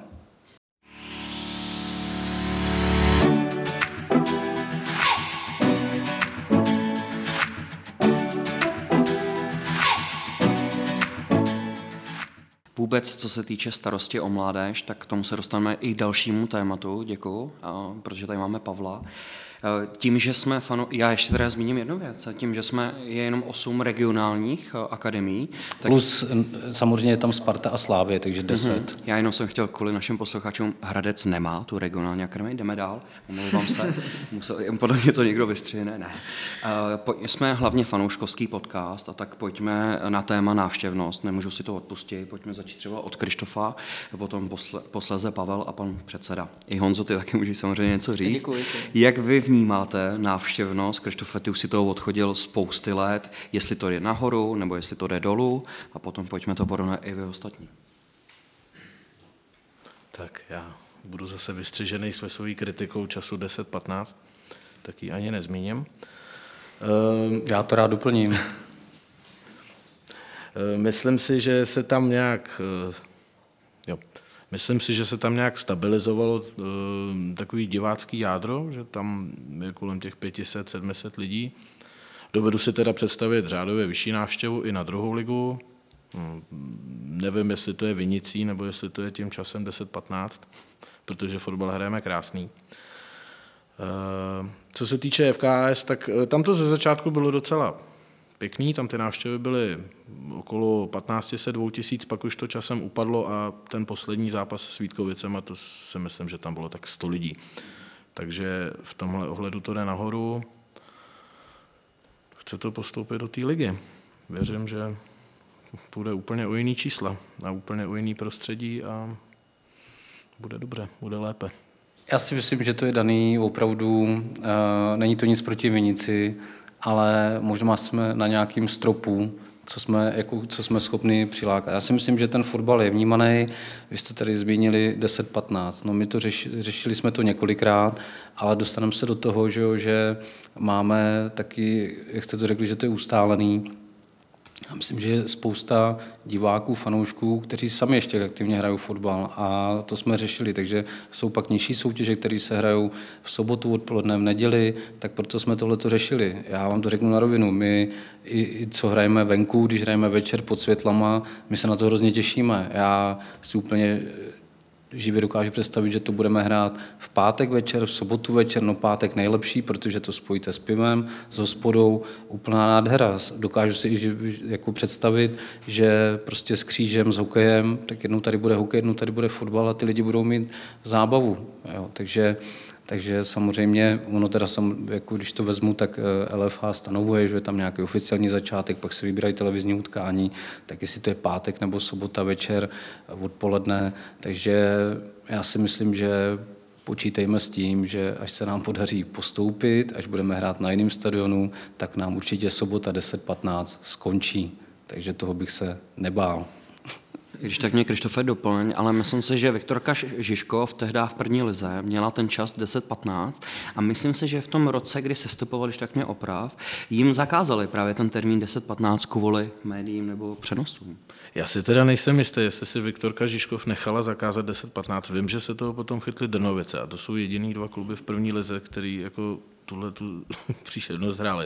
Vůbec, co se týče starosti o mládež, tak k tomu se dostaneme i k dalšímu tématu, děkuju, protože tady máme Pavla. Tím, že jsme, fano... já ještě teda zmíním jednu věc, tím, že jsme je jenom osm regionálních akademií. Tak... Plus samozřejmě je tam Sparta a Slávie, takže deset. Mm-hmm. Já jenom jsem chtěl kvůli našim posluchačům, Hradec nemá tu regionální akademii, jdeme dál, omlouvám se, musel, podle mě to někdo vystřihne, ne. Uh, jsme hlavně fanouškovský podcast a tak pojďme na téma návštěvnost, nemůžu si to odpustit, pojďme začít třeba od Krištofa, potom posle, posléze Pavel a pan předseda. I Honzo, ty taky můžeš samozřejmě něco říct. Děkuji, děkuji. Jak vy vnímáte návštěvnost? Krištofe, ty už si toho odchodil spousty let, jestli to jde nahoru, nebo jestli to jde dolů a potom pojďme to porovnat i vy ostatní. Tak já budu zase vystřižený s svojí kritikou času deset patnáct, tak ji ani nezmíním. Já to rád doplním. Myslím si, že se tam nějak... Jo. Myslím si, že se tam nějak stabilizovalo uh, takový divácký jádro, že tam je kolem těch pět set, sedm set lidí. Dovedu si teda představit řádově vyšší návštěvu i na druhou ligu. Hmm, nevím, jestli to je vinicí, nebo jestli to je tím časem deset patnáct, protože fotbal hrajeme krásný. Uh, co se týče F K S, tak tam to ze začátku bylo docela pěkný, tam ty návštěvy byly okolo patnáct set, dva tisíc, pak už to časem upadlo a ten poslední zápas s Vítkovicem, a to si myslím, že tam bylo tak sto lidí. Takže v tomhle ohledu to jde nahoru. Chce to postoupit do té ligy. Věřím, že půjde úplně o jiný čísla a úplně o jiný prostředí a bude dobře, bude lépe. Já si myslím, že to je daný opravdu, uh, není to nic proti Vinici, ale možná jsme na nějakým stropu, co jsme, jako, co jsme schopni přilákat. Já si myslím, že ten fotbal je vnímaný, vy jste tady zmínili deset patnáct, no my to řeš, řešili jsme to několikrát, ale dostaneme se do toho, že, že máme taky, jak jste to řekli, že to je ustálený. Já myslím, že je spousta diváků, fanoušků, kteří sami ještě aktivně hrajou fotbal a to jsme řešili, takže jsou pak nižší soutěže, které se hrajou v sobotu odpoledne, v neděli, tak proto jsme tohleto řešili. Já vám to řeknu na rovinu, my i, i co hrajeme venku, když hrajeme večer pod světlama, my se na to hrozně těšíme. Já si úplně živě dokážu představit, že to budeme hrát v pátek večer, v sobotu večer, no pátek nejlepší, protože to spojíte s pivem, s hospodou, úplná nádhera. Dokážu si i jako představit, že prostě s křížem, s hokejem, tak jednou tady bude hokej, jednou tady bude fotbal a ty lidi budou mít zábavu. Jo. Takže, takže samozřejmě, ono teda sam, jako když to vezmu, tak L F H stanovuje, že je tam nějaký oficiální začátek, pak se vybírají televizní utkání, tak jestli to je pátek nebo sobota večer, odpoledne, takže já si myslím, že počítejme s tím, že až se nám podaří postoupit, až budeme hrát na jiném stadionu, tak nám určitě sobota deset patnáct skončí, takže toho bych se nebál. Když tak mě Krištofe doplň, ale myslím si, že Viktorka Žižkov tehdy v první lize měla ten čas deset patnáct a myslím si, že v tom roce, kdy sestupovali, když tak mě oprav, jim zakázali právě ten termín deset patnáct kvůli médiím nebo přenosům. Já si teda nejsem jistý, jestli si Viktorka Žižkov nechala zakázat deset patnáct. Vím, že se toho potom chytli Drnovice a to jsou jediný dva kluby v první lize, který jako tuhle tu příšernost hráli.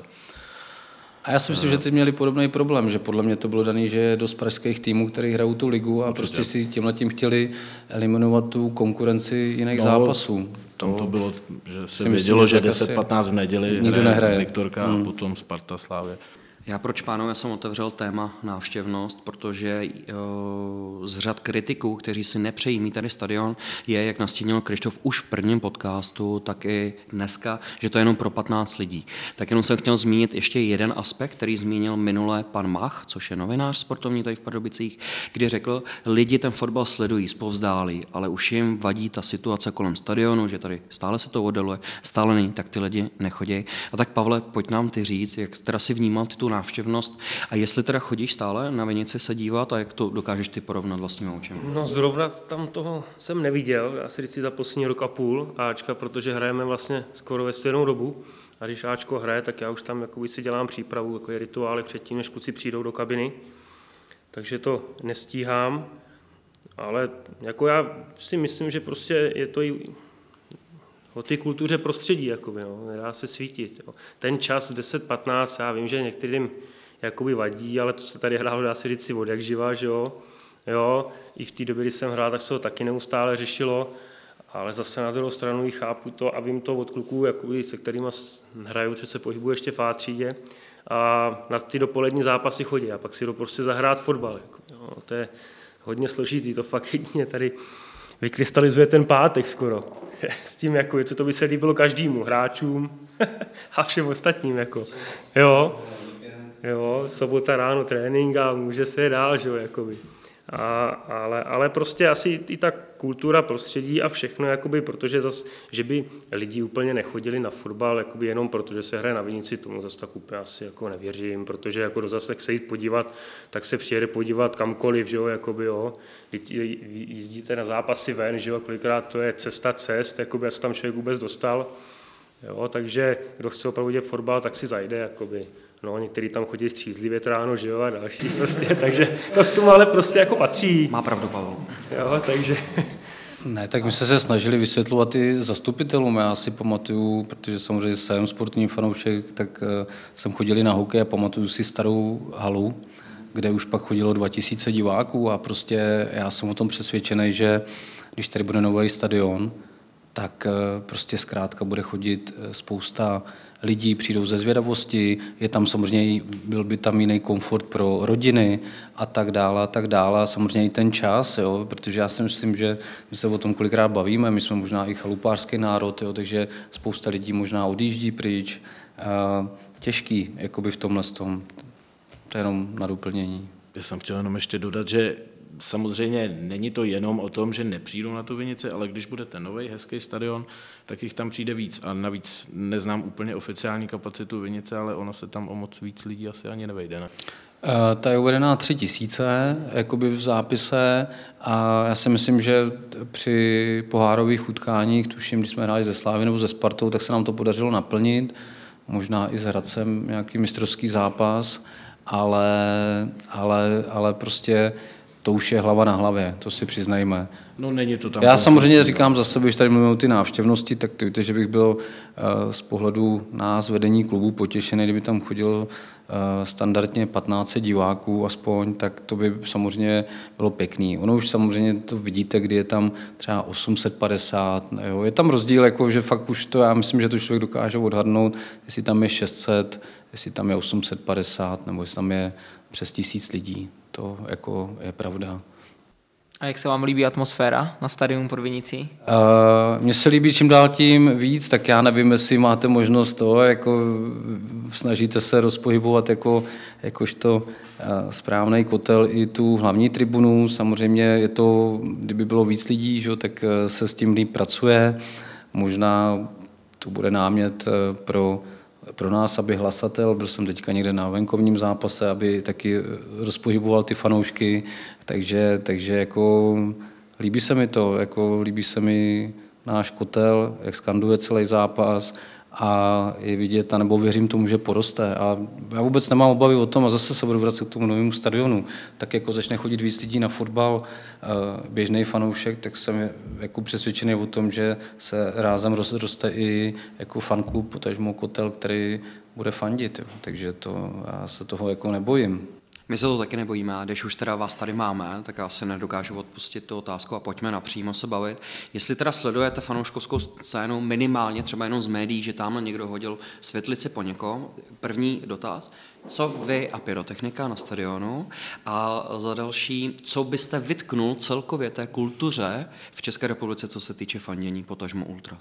A já si myslím, že ty měli podobný problém, že podle mě to bylo daný, že je dost pražských týmů, který hrajou tu ligu a prostě si tímhletím chtěli eliminovat tu konkurenci jiných no, zápasů. Tam to bylo, že se si vědělo, myslím, že deset patnáct v neděli nikdo hraje nehraje. Viktorka hmm. a potom Sparta Slávě. Já proč, pánové, jsem otevřel téma návštěvnost, protože o, z řad kritiků, kteří si nepřejí mít tady stadion, je, jak nastínil Krištof už v prvním podcastu, tak i dneska, že to je jenom pro patnáct lidí. Tak jenom jsem chtěl zmínit ještě jeden aspekt, který zmínil minule pan Mach, což je novinář sportovní tady v Pardubicích, kdy řekl, lidi ten fotbal sledují zpovzdálí, ale už jim vadí ta situace kolem stadionu, že tady stále se to oddaluje, stále není, tak ty lidi nechodí. A tak Pavle, pojď nám ty říct, jak teda si vnímal ty tu návštěvnost a jestli teda chodíš stále na Vinici se dívat a jak to dokážeš ty porovnat vlastními očima? No zrovna tam toho jsem neviděl, asi vždycky za poslední rok a půl Ačka, protože hrajeme vlastně skoro ve stejnou dobu a když Ačko hraje, tak já už tam jakoby si dělám přípravu, jako je rituály předtím, než kluci přijdou do kabiny, takže to nestíhám, ale jako já si myslím, že prostě je to i o té kultuře prostředí, jakoby, no, nedá se svítit. Jo. Ten čas deset patnáct, já vím, že některým jakoby vadí, ale to se tady hrálo, dá se říct si od jak živa, že jo. jo. I v té době, kdy jsem hrál, tak se to taky neustále řešilo, ale zase na druhou stranu i chápu to a vím to od kluků, jakoby, se kterými hraju, že se pohybuju ještě v A třídě a na ty dopolední zápasy chodí a pak si jdou prostě zahrát fotbal. Jako, jo. To je hodně složitý, to fakt jedině tady vykrystalizuje ten pátek skoro. S tím, jako, co to by se líbilo každému, hráčům a všem ostatním. Jako. Jo, jo, sobota ráno trénink a může se dál, že jo, jakoby. A, ale, ale prostě asi i ta kultura prostředí a všechno, jakoby, protože zas, že by lidi úplně nechodili na fotbal jakoby jenom protože se hraje na Vinici, tomu zase tak úplně asi jako nevěřím, protože jako do zase se jít podívat, tak se přijede podívat kamkoliv, že jo, jakoby, jo. Jízdíte na zápasy ven, že jo, kolikrát to je cesta cest, jakoby, se tam člověk vůbec dostal, jo, takže kdo chce opravdu dělat fotbal, tak si zajde, jakoby. No, některý tam chodí střízlivě ráno, že jo, a další prostě, takže to k tomu ale prostě jako patří. Má pravdu, Pavel. Jo, takže... Ne, tak my jsme se snažili vysvětlovat i zastupitelům. Já si pamatuju, protože samozřejmě jsem sportovní fanoušek, tak jsem chodili na hokej a pamatuju si starou halu, kde už pak chodilo dva tisíce diváků a prostě já jsem o tom přesvědčený, že když tady bude nový stadion, tak prostě zkrátka bude chodit spousta lidí, přijdou ze zvědavosti, je tam samozřejmě, byl by tam jiný komfort pro rodiny a tak dále, a tak dále. Samozřejmě i ten čas, jo, protože já si myslím, že my se o tom kolikrát bavíme, my jsme možná i chalupářský národ, jo, takže spousta lidí možná odjíždí pryč. Těžký, jakoby v tomhle tom. To je jenom na doplnění. Já jsem chtěl jenom ještě dodat, že samozřejmě není to jenom o tom, že nepřijdou na tu Vinici, ale když bude ten nový hezký stadion, tak jich tam přijde víc. A navíc neznám úplně oficiální kapacitu Vinice, ale ono se tam o moc víc lidí asi ani nevejde, ne? Ta je uvedená tři tisíce jakoby v zápise a já si myslím, že při pohárových utkáních, tuším, když jsme hráli ze Slávy nebo ze Spartou, tak se nám to podařilo naplnit, možná i s Hradcem nějaký mistrovský zápas, ale, ale, ale prostě to už je hlava na hlavě, to si přiznejme. No není to tam. Já samozřejmě říkám za sebe, když tady mluvím o ty návštěvnosti, tak to víte, že bych byl z pohledu nás, vedení klubu, potěšený, kdyby tam chodilo standardně patnáct diváků aspoň, tak to by samozřejmě bylo pěkný. Ono už samozřejmě to vidíte, kdy je tam třeba osm set padesát, jo. Je tam rozdíl, jako, že fakt už to, já myslím, že to člověk dokáže odhadnout, jestli tam je šest set, jestli tam je osm set padesát, nebo jestli tam je přes tisíc lidí. To jako je pravda. A jak se vám líbí atmosféra na stadionu pod Vinicí? Uh, mně se líbí čím dál tím víc, tak já nevím, jestli máte možnost to, jako snažíte se rozpohybovat jako, jakožto uh, správný kotel i tu hlavní tribunu. Samozřejmě je to, kdyby bylo víc lidí, že, tak se s tím líp pracuje. Možná to bude námět uh, pro pro nás, aby hlasatel, byl jsem teďka někde na venkovním zápase, aby taky rozpohyboval ty fanoušky, takže, takže jako líbí se mi to, jako líbí se mi náš kotel, jak skanduje celý zápas a je vidět, nebo věřím tomu, že poroste. A já vůbec nemám obavy o tom, a zase se budu vracet k tomu novému stadionu, tak jako začne chodit víc lidí na fotbal, běžný fanoušek, tak jsem jako přesvědčený o tom, že se rázem roste i jako fanklub, potažmo kotel, který bude fandit. Takže to, já se toho jako nebojím. My se to taky nebojíme, a když už teda vás tady máme, tak já si nedokážu odpustit tu otázku a pojďme napřímo se bavit. Jestli teda sledujete fanouškovskou scénu minimálně třeba jenom z médií, že tamhle někdo hodil světlici po někom, první dotaz, co vy a pyrotechnika na stadionu a za další, co byste vytknul celkově té kultuře v České republice, co se týče fandění potažmo ultras?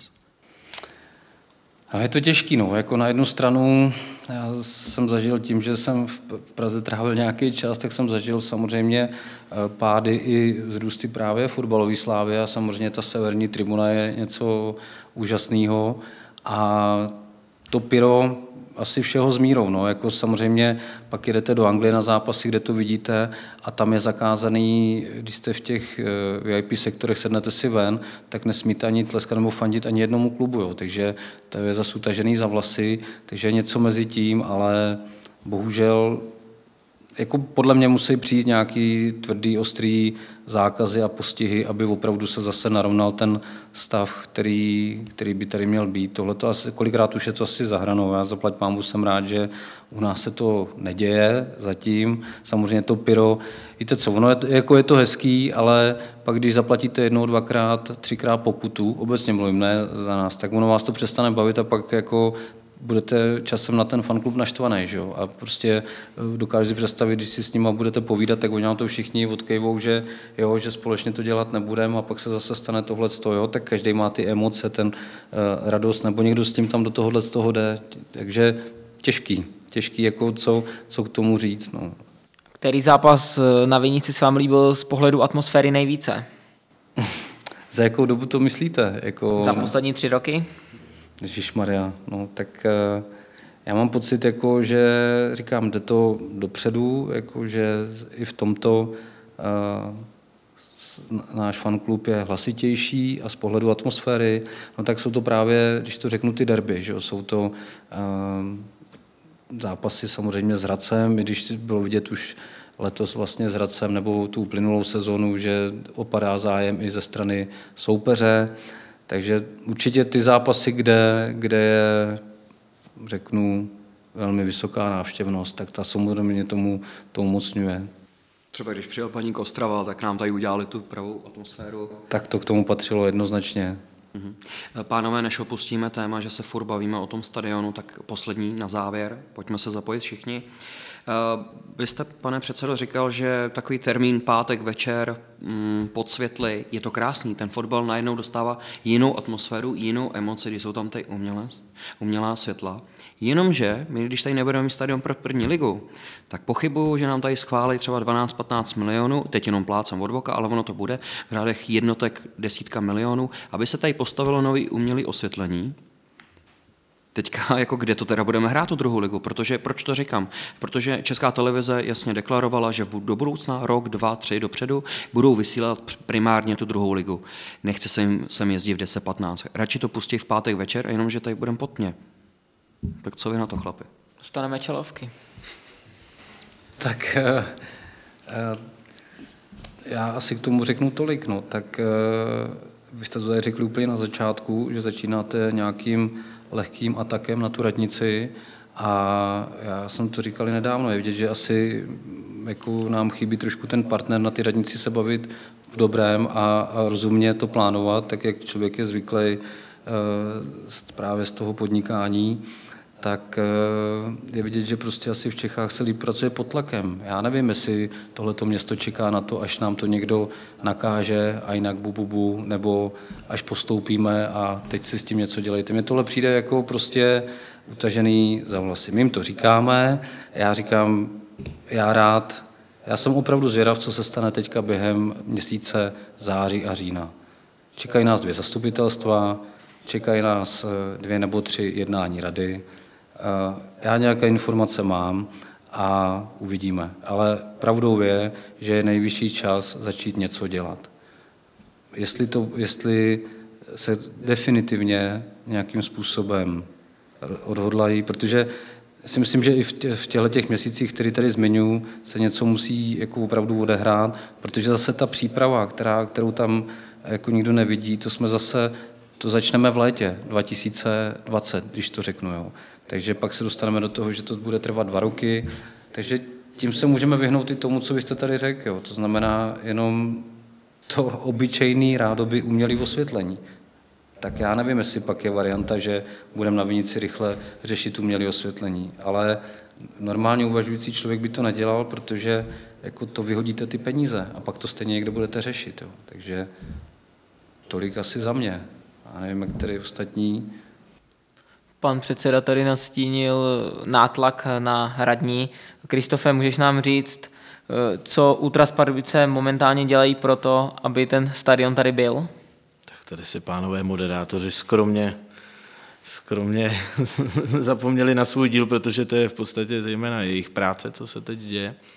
A je to těžký, no, jako na jednu stranu já jsem zažil tím, že jsem v Praze trávil nějaký čas, tak jsem zažil samozřejmě pády i vzrůsty právě fotbalové slávy a samozřejmě ta severní tribuna je něco úžasného a to pyro asi všeho s mírou, no, jako samozřejmě pak jedete do Anglie na zápasy, kde to vidíte a tam je zakázaný, když jste v těch V I P sektorech, sednete si ven, tak nesmíte ani tleskat nebo fandit ani jednomu klubu, jo, takže to je zase utažený za vlasy, takže je něco mezi tím, ale bohužel jako podle mě musí přijít nějaký tvrdý, ostrý zákazy a postihy, aby opravdu se zase narovnal ten stav, který, který by tady měl být. Tohle to asi, kolikrát už je to asi za hranou. Já zaplať pámu, jsem rád, že u nás se to neděje zatím. Samozřejmě to pyro, víte co, ono je, jako je to hezký, ale pak když zaplatíte jednou, dvakrát, třikrát pokutu, obecně mluvím, ne za nás, tak ono vás to přestane bavit a pak jako budete časem na ten fanklub naštvaný, že jo? A prostě dokážu si představit, když si s nima budete povídat, tak oni nám to všichni odkejvou, že jo, že společně to dělat nebudeme a pak se zase stane tohleto, jo, tak každý má ty emoce, ten uh, radost, nebo někdo s tím tam do tohohle z toho jde, takže těžký, těžký, jako co, co k tomu říct, no. Který zápas na Vinici se vám líbil z pohledu atmosféry nejvíce? Za jakou dobu to myslíte? Jako... Za poslední tři roky? Ježišmarja, no tak já mám pocit, jako, že říkám, jde to dopředu, jako, že i v tomto uh, náš fanklub je hlasitější a z pohledu atmosféry, no tak jsou to právě, když to řeknu, ty derby, že jsou to uh, zápasy samozřejmě s Hradcem, i když bylo vidět už letos vlastně s Hradcem nebo tu uplynulou sezonu, že opadá zájem i ze strany soupeře. Takže určitě ty zápasy, kde, kde je, řeknu, velmi vysoká návštěvnost, tak ta samozřejmě tomu to umocňuje. Třeba když přijel paní Kostrava, tak nám tady udělali tu pravou atmosféru. Tak to k tomu patřilo jednoznačně. Mhm. Pánové, než opustíme téma, že se furt bavíme o tom stadionu, tak poslední na závěr, pojďme se zapojit všichni. Vy jste, pane předsedo, říkal, že takový termín pátek večer mm, pod světly, je to krásný, ten fotbal najednou dostává jinou atmosféru, jinou emoci, když jsou tam ty umělé, umělá světla. Jenomže my, když tady nebudeme mít stadion pro první ligu, tak pochybuju, že nám tady schválí třeba dvanáct patnáct milionů, teď jenom plácem od voka, ale ono to bude v řádech jednotek desítka milionů, aby se tady postavilo nový umělý osvětlení. Teďka, jako kde to teda budeme hrát tu druhou ligu, protože, proč to říkám? Protože Česká televize jasně deklarovala, že do budoucna, rok, dva, tři dopředu, budou vysílat primárně tu druhou ligu. Nechce se jim sem jezdit v deset patnáct. Radši to pustí v pátek večer, jenomže tady budeme pod tmě. Tak co vy na to, chlapi? Dostaneme čelovky. Tak uh, uh, já asi k tomu řeknu tolik, no, tak uh, vy jste to tady řekli úplně na začátku, že začínáte nějakým lehkým atakem na tu radnici a já jsem to říkal i nedávno, je vidět, že asi jako nám chybí trošku ten partner na ty radnici se bavit v dobrém a, a rozumně to plánovat, tak jak člověk je zvyklý uh, právě z toho podnikání, tak je vidět, že prostě asi v Čechách se líp pracuje pod tlakem. Já nevím, jestli tohleto město čeká na to, až nám to někdo nakáže a jinak bu, bu, bu, nebo až postoupíme a teď si s tím něco dělejte. Mně tohle přijde jako prostě utažený za vlasy. My jim to říkáme, já říkám, já rád, já jsem opravdu zvědav, co se stane teďka během měsíce září a října. Čekají nás dvě zastupitelstva, čekají nás dvě nebo tři jednání rady. Já nějaké informace mám a uvidíme. Ale pravdou je, že je nejvyšší čas začít něco dělat. Jestli, to, jestli se definitivně nějakým způsobem odhodlají, protože si myslím, že i v těchto těch měsících, které tady zmiňuji, se něco musí jako opravdu odehrát, protože zase ta příprava, která, kterou tam jako nikdo nevidí, to jsme zase, to začneme v létě dva tisíce dvacet, když to řeknu. Jo. Takže pak se dostaneme do toho, že to bude trvat dva roky, takže tím se můžeme vyhnout i tomu, co vy jste tady řekl. Jo. To znamená jenom to obyčejný rádoby umělý osvětlení. Tak já nevím, jestli pak je varianta, že budeme na Vinici rychle řešit umělé osvětlení, ale normálně uvažující člověk by to nedělal, protože jako to vyhodíte ty peníze a pak to stejně někde budete řešit. Jo. Takže tolik asi za mě. Já nevím, jak tady ostatní. Pan předseda tady nastínil nátlak na radní. Kristofe, můžeš nám říct, co Ultras Pardubice momentálně dělají pro to, aby ten stadion tady byl? Tady si pánové moderátoři skromně, skromně zapomněli na svůj díl, protože to je v podstatě zejména jejich práce, co se teď děje. E,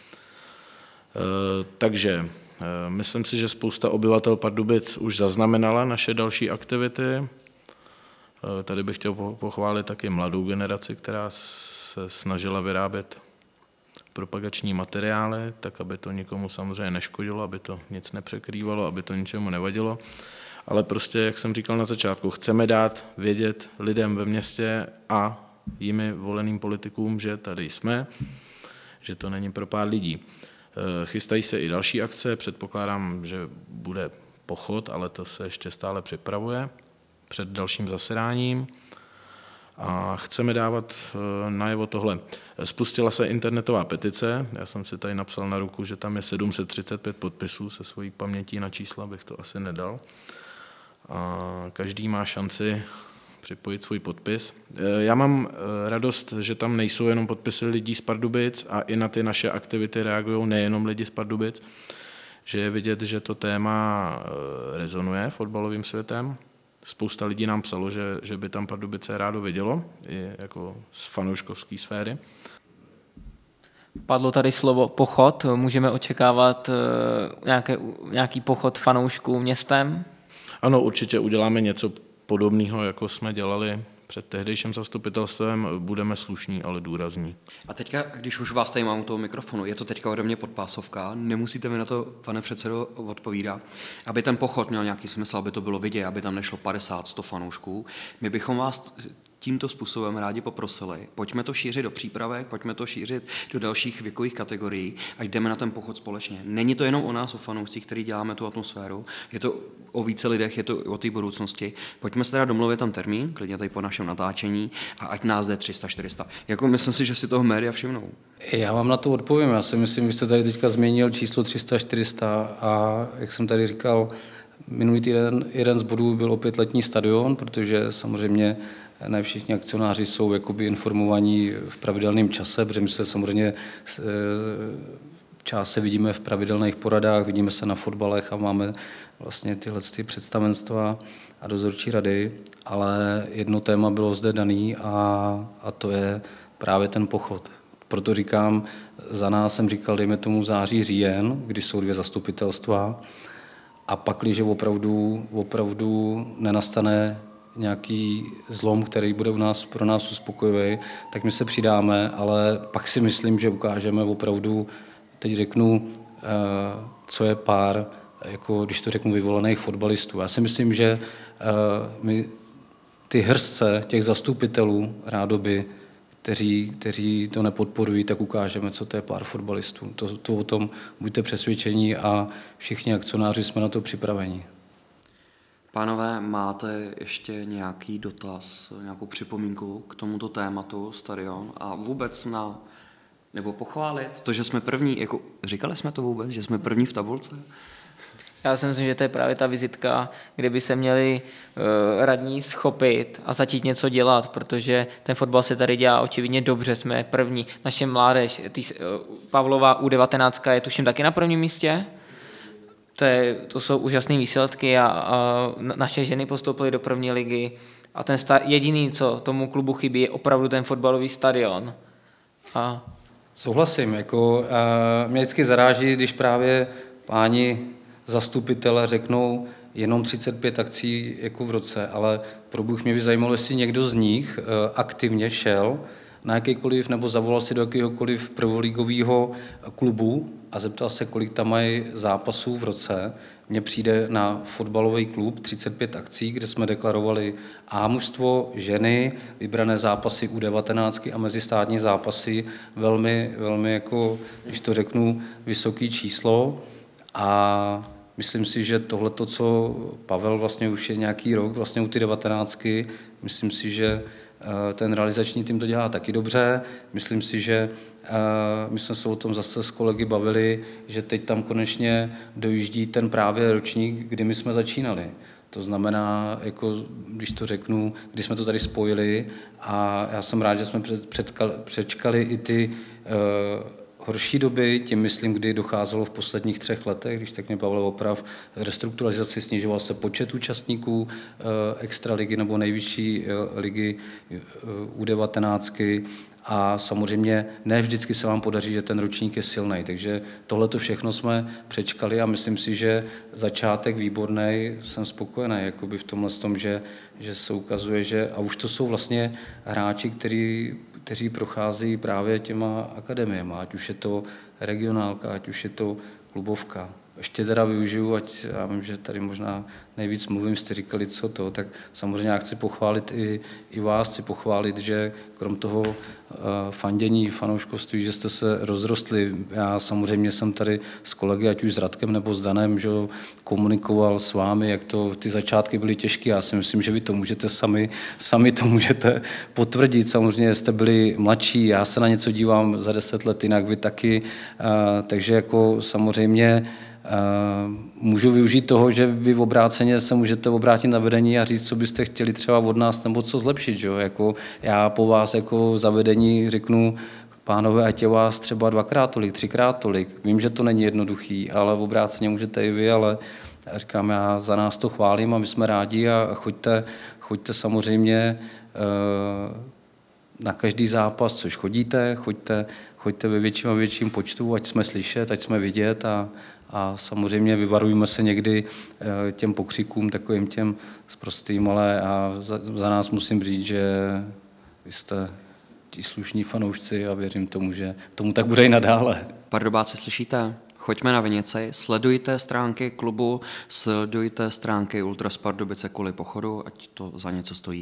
takže e, myslím si, že spousta obyvatel Pardubic už zaznamenala naše další aktivity. E, tady bych chtěl pochválit taky mladou generaci, která se snažila vyrábět propagační materiály, tak aby to nikomu samozřejmě neškodilo, aby to nic nepřekrývalo, aby to ničemu nevadilo. Ale prostě, jak jsem říkal na začátku, chceme dát vědět lidem ve městě a jimi voleným politikům, že tady jsme, že to není pro pár lidí. Chystají se i další akce, předpokládám, že bude pochod, ale to se ještě stále připravuje před dalším zasedáním. A chceme dávat najevo tohle. Spustila se internetová petice, já jsem si tady napsal na ruku, že tam je sedm set třicet pět podpisů, se svojí pamětí na čísla bych to asi nedal. A každý má šanci připojit svůj podpis. Já mám radost, že tam nejsou jenom podpisy lidí z Pardubic a i na ty naše aktivity reagují nejenom lidi z Pardubic, že je vidět, že to téma rezonuje fotbalovým světem. Spousta lidí nám psalo, že, že by tam Pardubice rádo vidělo, i jako z fanouškovské sféry. Padlo tady slovo pochod. Můžeme očekávat nějaké, nějaký pochod fanoušků městem? Ano, určitě uděláme něco podobného, jako jsme dělali před tehdejším zastupitelstvem. Budeme slušní, ale důrazní. A teďka, když už vás tady mám u toho mikrofonu, je to teďka ode mě podpásovka, nemusíte mi na to, pane předsedo, odpovídat, aby ten pochod měl nějaký smysl, aby to bylo vidět, aby tam nešlo padesát sto fanoušků. My bychom vás tímto způsobem rádi poprosili, pojďme to šířit do přípravek, pojďme to šířit do dalších věkových kategorií a jdeme na ten pochod společně. Není to jenom o nás, o fanoušcích, který děláme tu atmosféru, je to o více lidech, je to o té budoucnosti. Pojďme se teda domluvit tam termín, klidně tady po našem natáčení, a ať nás jde tři sta čtyři sta. Jako myslím si, že si toho média všimnou. Já vám na to odpovím. Já si myslím, vy jste tady teďka změnil číslo tři sta čtyři sta a jak jsem tady říkal, minulý týden jeden z bodů byl opět letní stadion, protože samozřejmě ne všichni akcionáři jsou jakoby informovaní v pravidelném čase, protože my se samozřejmě čas se vidíme v pravidelných poradách, vidíme se na fotbalech a máme vlastně tyhle ty představenstva a dozorčí rady, ale jedno téma bylo zde daný a, a to je právě ten pochod. Proto říkám, za nás jsem říkal, dejme tomu září, říjen, kdy jsou dvě zastupitelstva a pak, když opravdu, opravdu nenastane nějaký zlom, který bude u nás, pro nás uspokojivý, tak my se přidáme, ale pak si myslím, že ukážeme opravdu, teď řeknu, co je pár, jako když to řeknu, vyvolených fotbalistů. Já si myslím, že my ty hrstce těch zastupitelů rádoby, kteří, kteří to nepodporují, tak ukážeme, co to je pár fotbalistů. To, to o tom buďte přesvědčení a všichni akcionáři jsme na to připraveni. Pánové, máte ještě nějaký dotaz, nějakou připomínku k tomuto tématu stadion a vůbec na, nebo pochválit to, že jsme první, jako říkali jsme to vůbec, že jsme první v tabulce? Já si myslím, že to je právě ta vizitka, kde by se měli uh, radní schopit a začít něco dělat, protože ten fotbal se tady dělá očividně dobře, jsme první. Naše mládež, tý, uh, Pavlova U devatenáct je tuším taky na prvním místě. To, je, to jsou úžasné výsledky a, a naše ženy postoupily do první ligy a ten sta- jediný, co tomu klubu chybí, je opravdu ten fotbalový stadion. A... Souhlasím, jako, uh, mě vždycky zaráží, když právě páni zastupitele řeknou jenom třicet pět akcí jako v roce, ale pro Bůh mě by zajímalo, jestli někdo z nich uh, aktivně šel na jakýkoliv, nebo zavolal si do jakéhokoliv prvoligového klubu a zeptal se, kolik tam mají zápasů v roce. Mně přijde na fotbalový klub třicet pět akcí, kde jsme deklarovali A mužstvo, ženy, vybrané zápasy U devatenáct a mezistátní zápasy, velmi, velmi jako, když to řeknu, vysoké číslo. A myslím si, že tohleto, co Pavel vlastně už je nějaký rok vlastně u ty devatenáctky, myslím si, že ten realizační tým to dělá taky dobře. Myslím si, že my jsme se o tom zase s kolegy bavili, že teď tam konečně dojíždí ten právě ročník, kdy my jsme začínali. To znamená, jako, když to řeknu, když jsme to tady spojili a já jsem rád, že jsme přečkali i ty uh, horší doby, tím myslím, kdy docházelo v posledních třech letech, když tak mě Pavel oprav, restrukturalizaci, snižoval se počet účastníků uh, extraligy nebo nejvyšší uh, ligy uh, U devatenáct a samozřejmě ne vždycky se vám podaří, že ten ročník je silný, takže tohle to všechno jsme přečkali a myslím si, že začátek výborný, jsem spokojený jakoby v tomhle tom, že, že se ukazuje, že a už to jsou vlastně hráči, který, kteří prochází právě těma akademiemi, ať už je to regionálka, ať už je to klubovka. Ještě teda využiju, ať já vím, že tady možná nejvíc mluvím, jste říkali, co to, tak samozřejmě já chci pochválit i, i vás, chci pochválit, že krom toho uh, fandění, fanouškovství, že jste se rozrostli. Já samozřejmě jsem tady s kolegy, ať už s Radkem nebo s Danem, že komunikoval s vámi, jak to, ty začátky byly těžké. Já si myslím, že vy to můžete sami, sami to můžete potvrdit. Samozřejmě jste byli mladší, já se na něco dívám za deset let jinak, vy taky, uh, takže jako samozřejmě Uh, můžu využít toho, že vy v obráceně se můžete obrátit na vedení a říct, co byste chtěli třeba od nás nebo co zlepšit. Že? Jako já po vás jako za vedení řeknu, pánové, ať je vás třeba dvakrát tolik, třikrát tolik. Vím, že to není jednoduchý, ale v obráceně můžete i vy, ale já říkám, já za nás to chválím a my jsme rádi a choďte, choďte samozřejmě uh, na každý zápas, což chodíte, choďte, choďte ve větším a větším počtu, ať jsme slyšet, ať jsme vidět a A samozřejmě vyvarujeme se někdy těm pokřikům, takovým těm sprostým, ale a za, za nás musím říct, že vy jste ti slušní fanoušci a věřím tomu, že tomu tak bude i nadále. Pardubáci, slyšíte? Choďme na Vinici, sledujte stránky klubu, sledujte stránky Ultras Pardubice kvůli pochodu, ať to za něco stojí.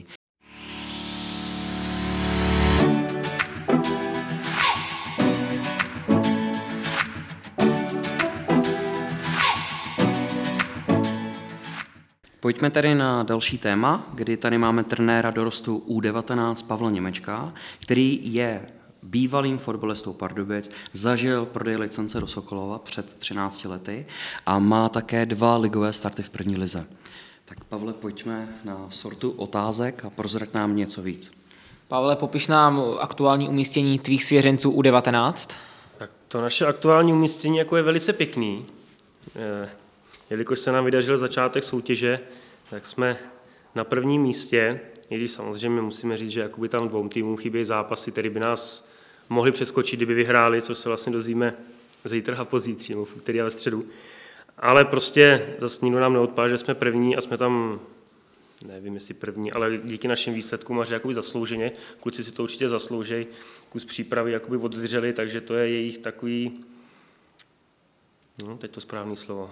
Pojďme tedy na další téma, kdy tady máme trenéra dorostu U devatenáct Pavla Němečka, který je bývalým fotbalistou Pardubic, zažil prodej licence do Sokolova před třinácti lety a má také dva ligové starty v první lize. Tak Pavle, pojďme na sortu otázek a prozrať nám něco víc. Pavle, popiš nám aktuální umístění tvých svěřenců U devatenáct. Tak to naše aktuální umístění jako je velice pěkný. Je... Jelikož se nám vydařil začátek soutěže, tak jsme na prvním místě, i když samozřejmě musíme říct, že jakoby tam dvou týmům chybějí zápasy, které by nás mohli přeskočit, kdyby vyhráli, což se vlastně dozvíme zítra a pozítří, nebo v úterý a ve středu. Ale prostě zase nikdo nám neodpál, že jsme první a jsme tam, nevím jestli první, ale díky našim výsledkům a že jakoby zaslouženě, kluci si to určitě zasloužejí, kus přípravy jakoby oddřeli, takže to je jejich takový, no teď to správné slovo.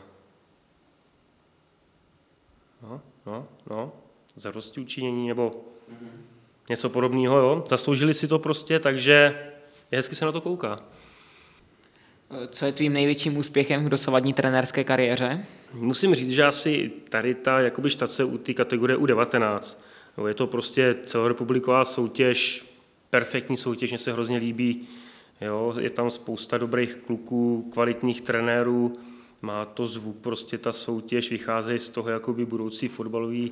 No, no, no, zarosti učinění nebo něco podobného, jo. Zasloužili si to prostě, takže je hezky se na to kouká. Co je tvým největším úspěchem v dosavadní trenérské kariéře? Musím říct, že asi tady ta jakoby štace u té kategorie U devatenáct. Jo, je to prostě celorepubliková soutěž, perfektní soutěž, mně se hrozně líbí. Jo, je tam spousta dobrých kluků, kvalitních trenérů. Má to zvuk, prostě ta soutěž, vycházejí z toho jakoby budoucí fotbalový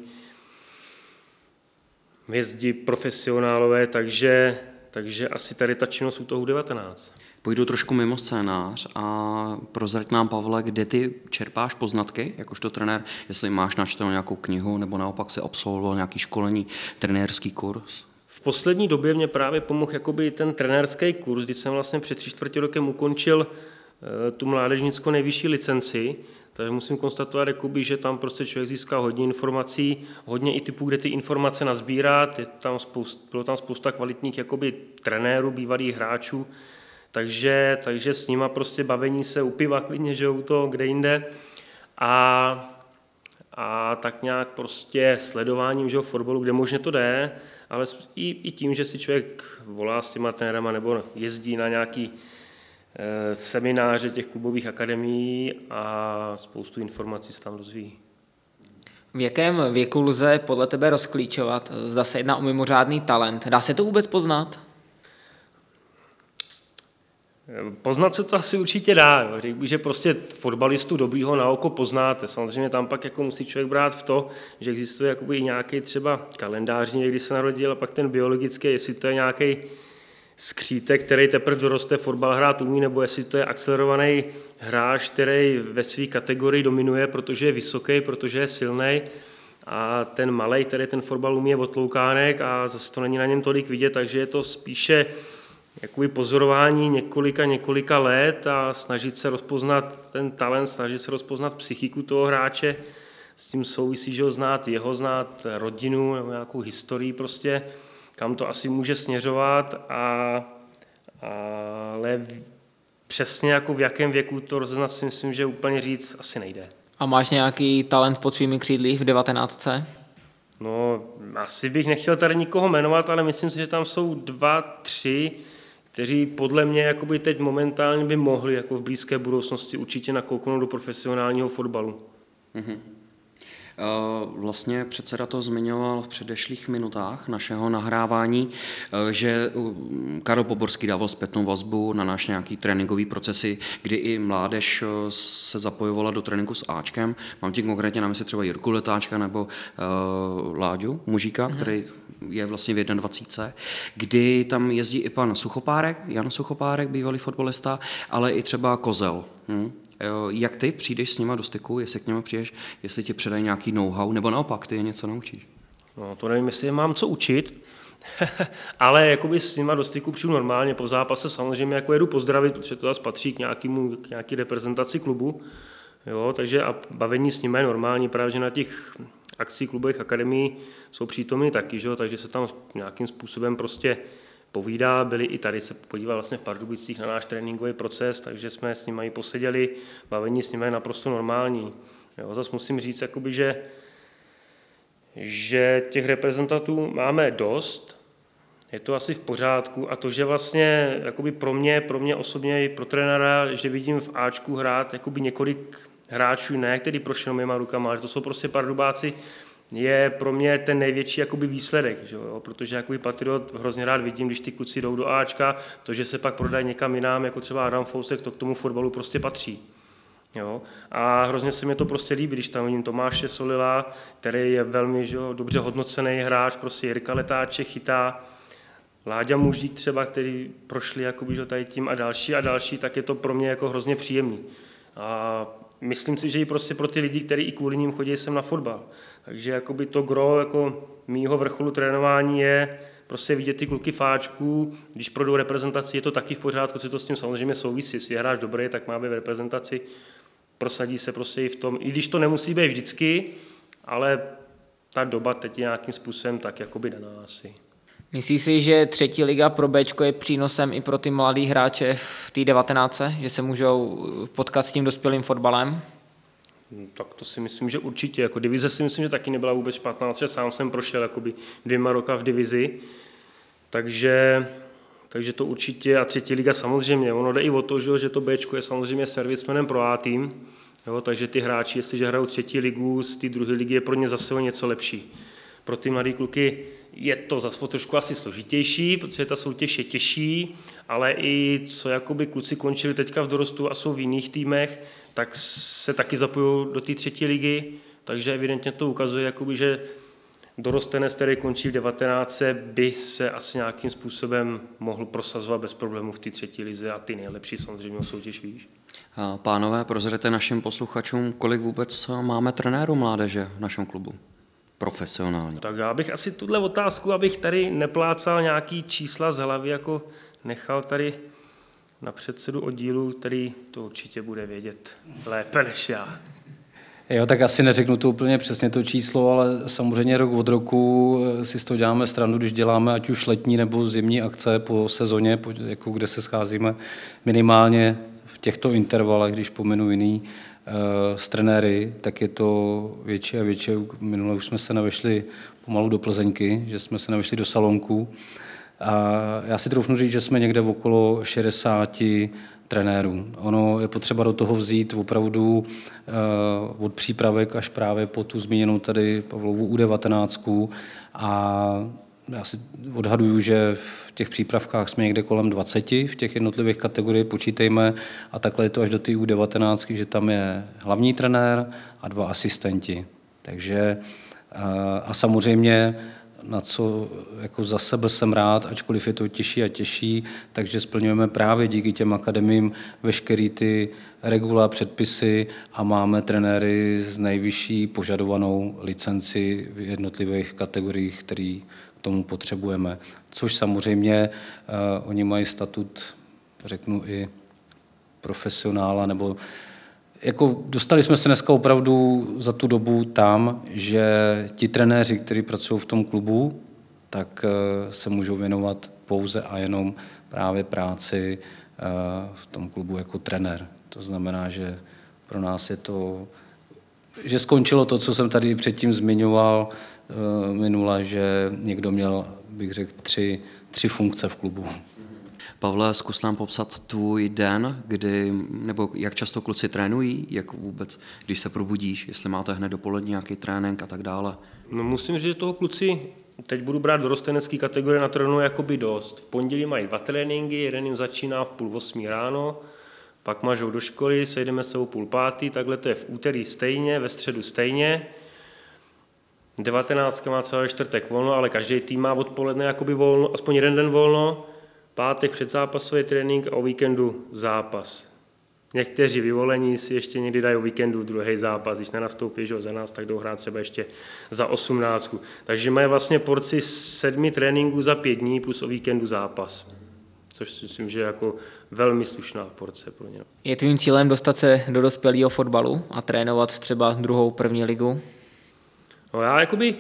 hvězdi, profesionálové, takže, takže asi tady ta činnost u toho U devatenáct. Pojdu trošku mimo scénář a prozrať nám, Pavle, kde ty čerpáš poznatky, jakožto trenér, jestli máš načtenou nějakou knihu, nebo naopak se absolvoval nějaký školení, trenérský kurz? V poslední době mě právě pomohl jakoby ten trenérský kurz, kdy jsem vlastně před tři čtvrtě rokem ukončil tu mládežnickou nejvyšší licenci, takže musím konstatovat, jakoby, že tam prostě člověk získá hodně informací, hodně i typů, kde ty informace nazbírat, je tam spousta, bylo tam spousta kvalitních jakoby, trenérů, bývalých hráčů, takže, takže s nima prostě bavení se u piva klidně, že u toho, kde jinde a, a tak nějak prostě sledováním, že fotbalu, kde možně to jde, ale i, i tím, že si člověk volá s těma trenérama nebo jezdí na nějaký e, semináře těch klubových akademií a spoustu informací se tam dozví. V jakém věku lze podle tebe rozklíčovat? Zda se jedná o mimořádný talent. Dá se to vůbec poznat? Poznat se to asi určitě dá. Jo. Řekl bych, že prostě fotbalistu dobrýho na oko poznáte. Samozřejmě tam pak jako musí člověk brát v to, že existuje jakoby i nějaký třeba kalendářní, kdy se narodil, a pak ten biologický, jestli to je nějaký skřítek, který teprve doroste, fotbal hrát umí, nebo jestli to je akcelerovaný hráč, který ve své kategorii dominuje, protože je vysoký, protože je silný, a ten malej, který ten fotbal umí, je otloukánek a zase to není na něm tolik vidět, takže je to spíše jakoby pozorování několika, několika let a snažit se rozpoznat ten talent, snažit se rozpoznat psychiku toho hráče, s tím souvisí, že ho znát, jeho znát rodinu nebo nějakou historii prostě, kam to asi může směřovat, a, ale přesně jako v jakém věku to rozeznat si myslím, že úplně říct asi nejde. A máš nějaký talent pod svými křídly v devatenáctce? No, asi bych nechtěl tady nikoho jmenovat, ale myslím si, že tam jsou dva, tři, kteří podle mě jakoby teď momentálně by mohli jako v blízké budoucnosti určitě nakouknout do profesionálního fotbalu. Mm-hmm. Vlastně předseda to zmiňoval v předešlých minutách našeho nahrávání, že Karel Poborský dával zpětnou vazbu na náš nějaký tréninkový procesy, kdy i mládež se zapojovala do tréninku s Ačkem. Mám tím konkrétně na mysli třeba Jirku Letáčka nebo uh, Láďu Mužíka, mm-hmm. který je vlastně v dvacet jedna, kdy tam jezdí i pan Suchopárek, Jan Suchopárek, bývalý fotbalista, ale i třeba Kozel. Hm? Jak ty přijdeš s nima do styku, jestli k němu přijdeš, jestli ti předají nějaký know-how, nebo naopak, ty je něco naučíš? No, to nevím, jestli mám co učit, ale jakoby s nima do styku přijdu normálně, po zápase samozřejmě jako jedu pozdravit, protože to zase patří k, nějakému, k nějaký reprezentaci klubu, jo, takže a bavení s nimi je normální, právě že na těch akcích klubových akademií jsou přítomní taky, že jo, takže se tam nějakým způsobem prostě povídá, byli i tady se podíval vlastně v Pardubicích na náš tréninkový proces, takže jsme s nimi poseděli, bavení s nimi je naprosto normální. Jo, zase musím říct, jakoby, že, že těch reprezentantů máme dost, je to asi v pořádku, a to, že vlastně jakoby pro mě, pro mě osobně i pro trenéra, že vidím v Ačku hrát jakoby několik hráčů, ne, který prošel mýma rukama, ale to jsou prostě Pardubáci, je pro mě ten největší jakoby výsledek, že jo? Protože jakoby Patriot hrozně rád vidím, když ty kluci jdou do Ačka, to, že se pak prodají někam jinam, jako třeba Adam Fousek, to k tomu fotbalu prostě patří. Jo? A hrozně se mi to prostě líbí, když tam vidím Tomáše Solila, který je velmi, že jo, dobře hodnocený hráč, prostě Jirka Letáček chytá, Láďa Mužík třeba, který prošli jakoby, že tady tím a další a další, tak je to pro mě jako hrozně příjemný. A myslím si, že i prostě pro ty lidi, kteří i kvůli ním chodí sem na fotbal. Takže jakoby to gro jako mýho vrcholu trénování je prostě vidět ty kluky fáčků, když projdou reprezentaci, je to taky v pořádku, co to s tím samozřejmě souvisí. Jestli je hráč dobrý, tak má být v reprezentaci, prosadí se prostě i v tom, i když to nemusí být vždycky, ale ta doba teď je nějakým způsobem tak jakoby daná asi. Myslíš si, že třetí liga pro Bčko je přínosem i pro ty mladý hráče v té devatenáctce, že se můžou potkat s tím dospělým fotbalem? Tak to si myslím, že určitě. Jako divize si myslím, že taky nebyla vůbec špatná, protože sám jsem prošel jakoby dvěma roka v divizi, takže, takže to určitě, a třetí liga samozřejmě. Ono jde i o to, že to Bčko je samozřejmě servismanem pro A tým, jo, takže ty hráči, jestliže hrajou třetí ligu, z té druhé ligy je pro ně zase o něco lepší. Pro ty mladé kluky je to zase trošku asi složitější, protože ta soutěž je těžší, ale i co jakoby kluci končili teďka v dorostu a jsou v jiných týmech, tak se taky zapojují do té třetí ligy, takže evidentně to ukazuje, jakoby, že dorostenec, který končí v devatenáctce, by se asi nějakým způsobem mohl prosazovat bez problémů v té třetí lize a ty nejlepší samozřejmě o soutěž výš. Pánové, prozraďte našim posluchačům, kolik vůbec máme trenérů mládeže v našem klubu? Profesionálně. Tak já bych asi tuhle otázku, abych tady neplácal nějaký čísla z hlavy, jako nechal tady na předsedu oddílu, který to určitě bude vědět lépe než já. Jo, tak asi neřeknu to úplně přesně to číslo, ale samozřejmě rok od roku si z toho děláme stranu, když děláme ať už letní nebo zimní akce po sezóně, jako kde se scházíme minimálně v těchto intervalech, když pominu jiný s trenéry, tak je to větší a větší. Minule už jsme se nevešli pomalu do Plzeňky, že jsme se nevešli do Salonku. A já si troufnu říct, že jsme někde okolo šedesáti trenérů. Ono je potřeba do toho vzít opravdu od přípravek až právě po tu zmíněnou tady Pavlovu U devatenáct. A já si odhaduju, že v těch přípravkách jsme někde kolem dvaceti v těch jednotlivých kategoriích, počítejme, a takhle je to až do té U devatenáct, že tam je hlavní trenér a dva asistenti. Takže a samozřejmě na co jako za sebe jsem rád, ačkoliv je to těžší a těžší, takže splňujeme právě díky těm akademiím veškeré ty regula, předpisy a máme trenéry s nejvyšší požadovanou licenci v jednotlivých kategoriích, který k tomu potřebujeme. Což samozřejmě uh, oni mají statut, řeknu, i profesionála, nebo jako dostali jsme se dneska opravdu za tu dobu tam, že ti trenéři, kteří pracují v tom klubu, tak se můžou věnovat pouze a jenom právě práci v tom klubu jako trenér. To znamená, že pro nás je to, že skončilo to, co jsem tady předtím zmiňoval minule, že někdo měl, bych řekl, tři, tři funkce v klubu. Pavle, zkus nám popsat tvůj den, kdy, nebo jak často kluci trénují, jak vůbec, když se probudíš, jestli máte hned dopoledne nějaký trénink a tak dále. No musím říct, že toho kluci, teď budu brát dorostenecký kategorie, na trénu jakoby dost. V pondělí mají dva tréninky, jeden jim začíná v půl osmí ráno, pak mažou do školy, sejdeme se o půl pátý, takhle to je v úterý stejně, ve středu stejně. devatenáctka má třeba ve čtvrtek volno, ale každý tým má odpoledne jakoby volno, aspoň jeden den volno. Pátek předzápasový trénink a o víkendu zápas. Někteří vyvolení si ještě někdy dají o víkendu druhý zápas, když nenastoupí že za nás, tak jdou hrát třeba ještě za osmnáctku. Takže mají vlastně porci sedmi tréninků za pět dní plus o víkendu zápas. Což si myslím, že je jako velmi slušná porce pro ně. Je tvým cílem dostat se do dospělého fotbalu a trénovat třeba druhou první ligu? No já jakoby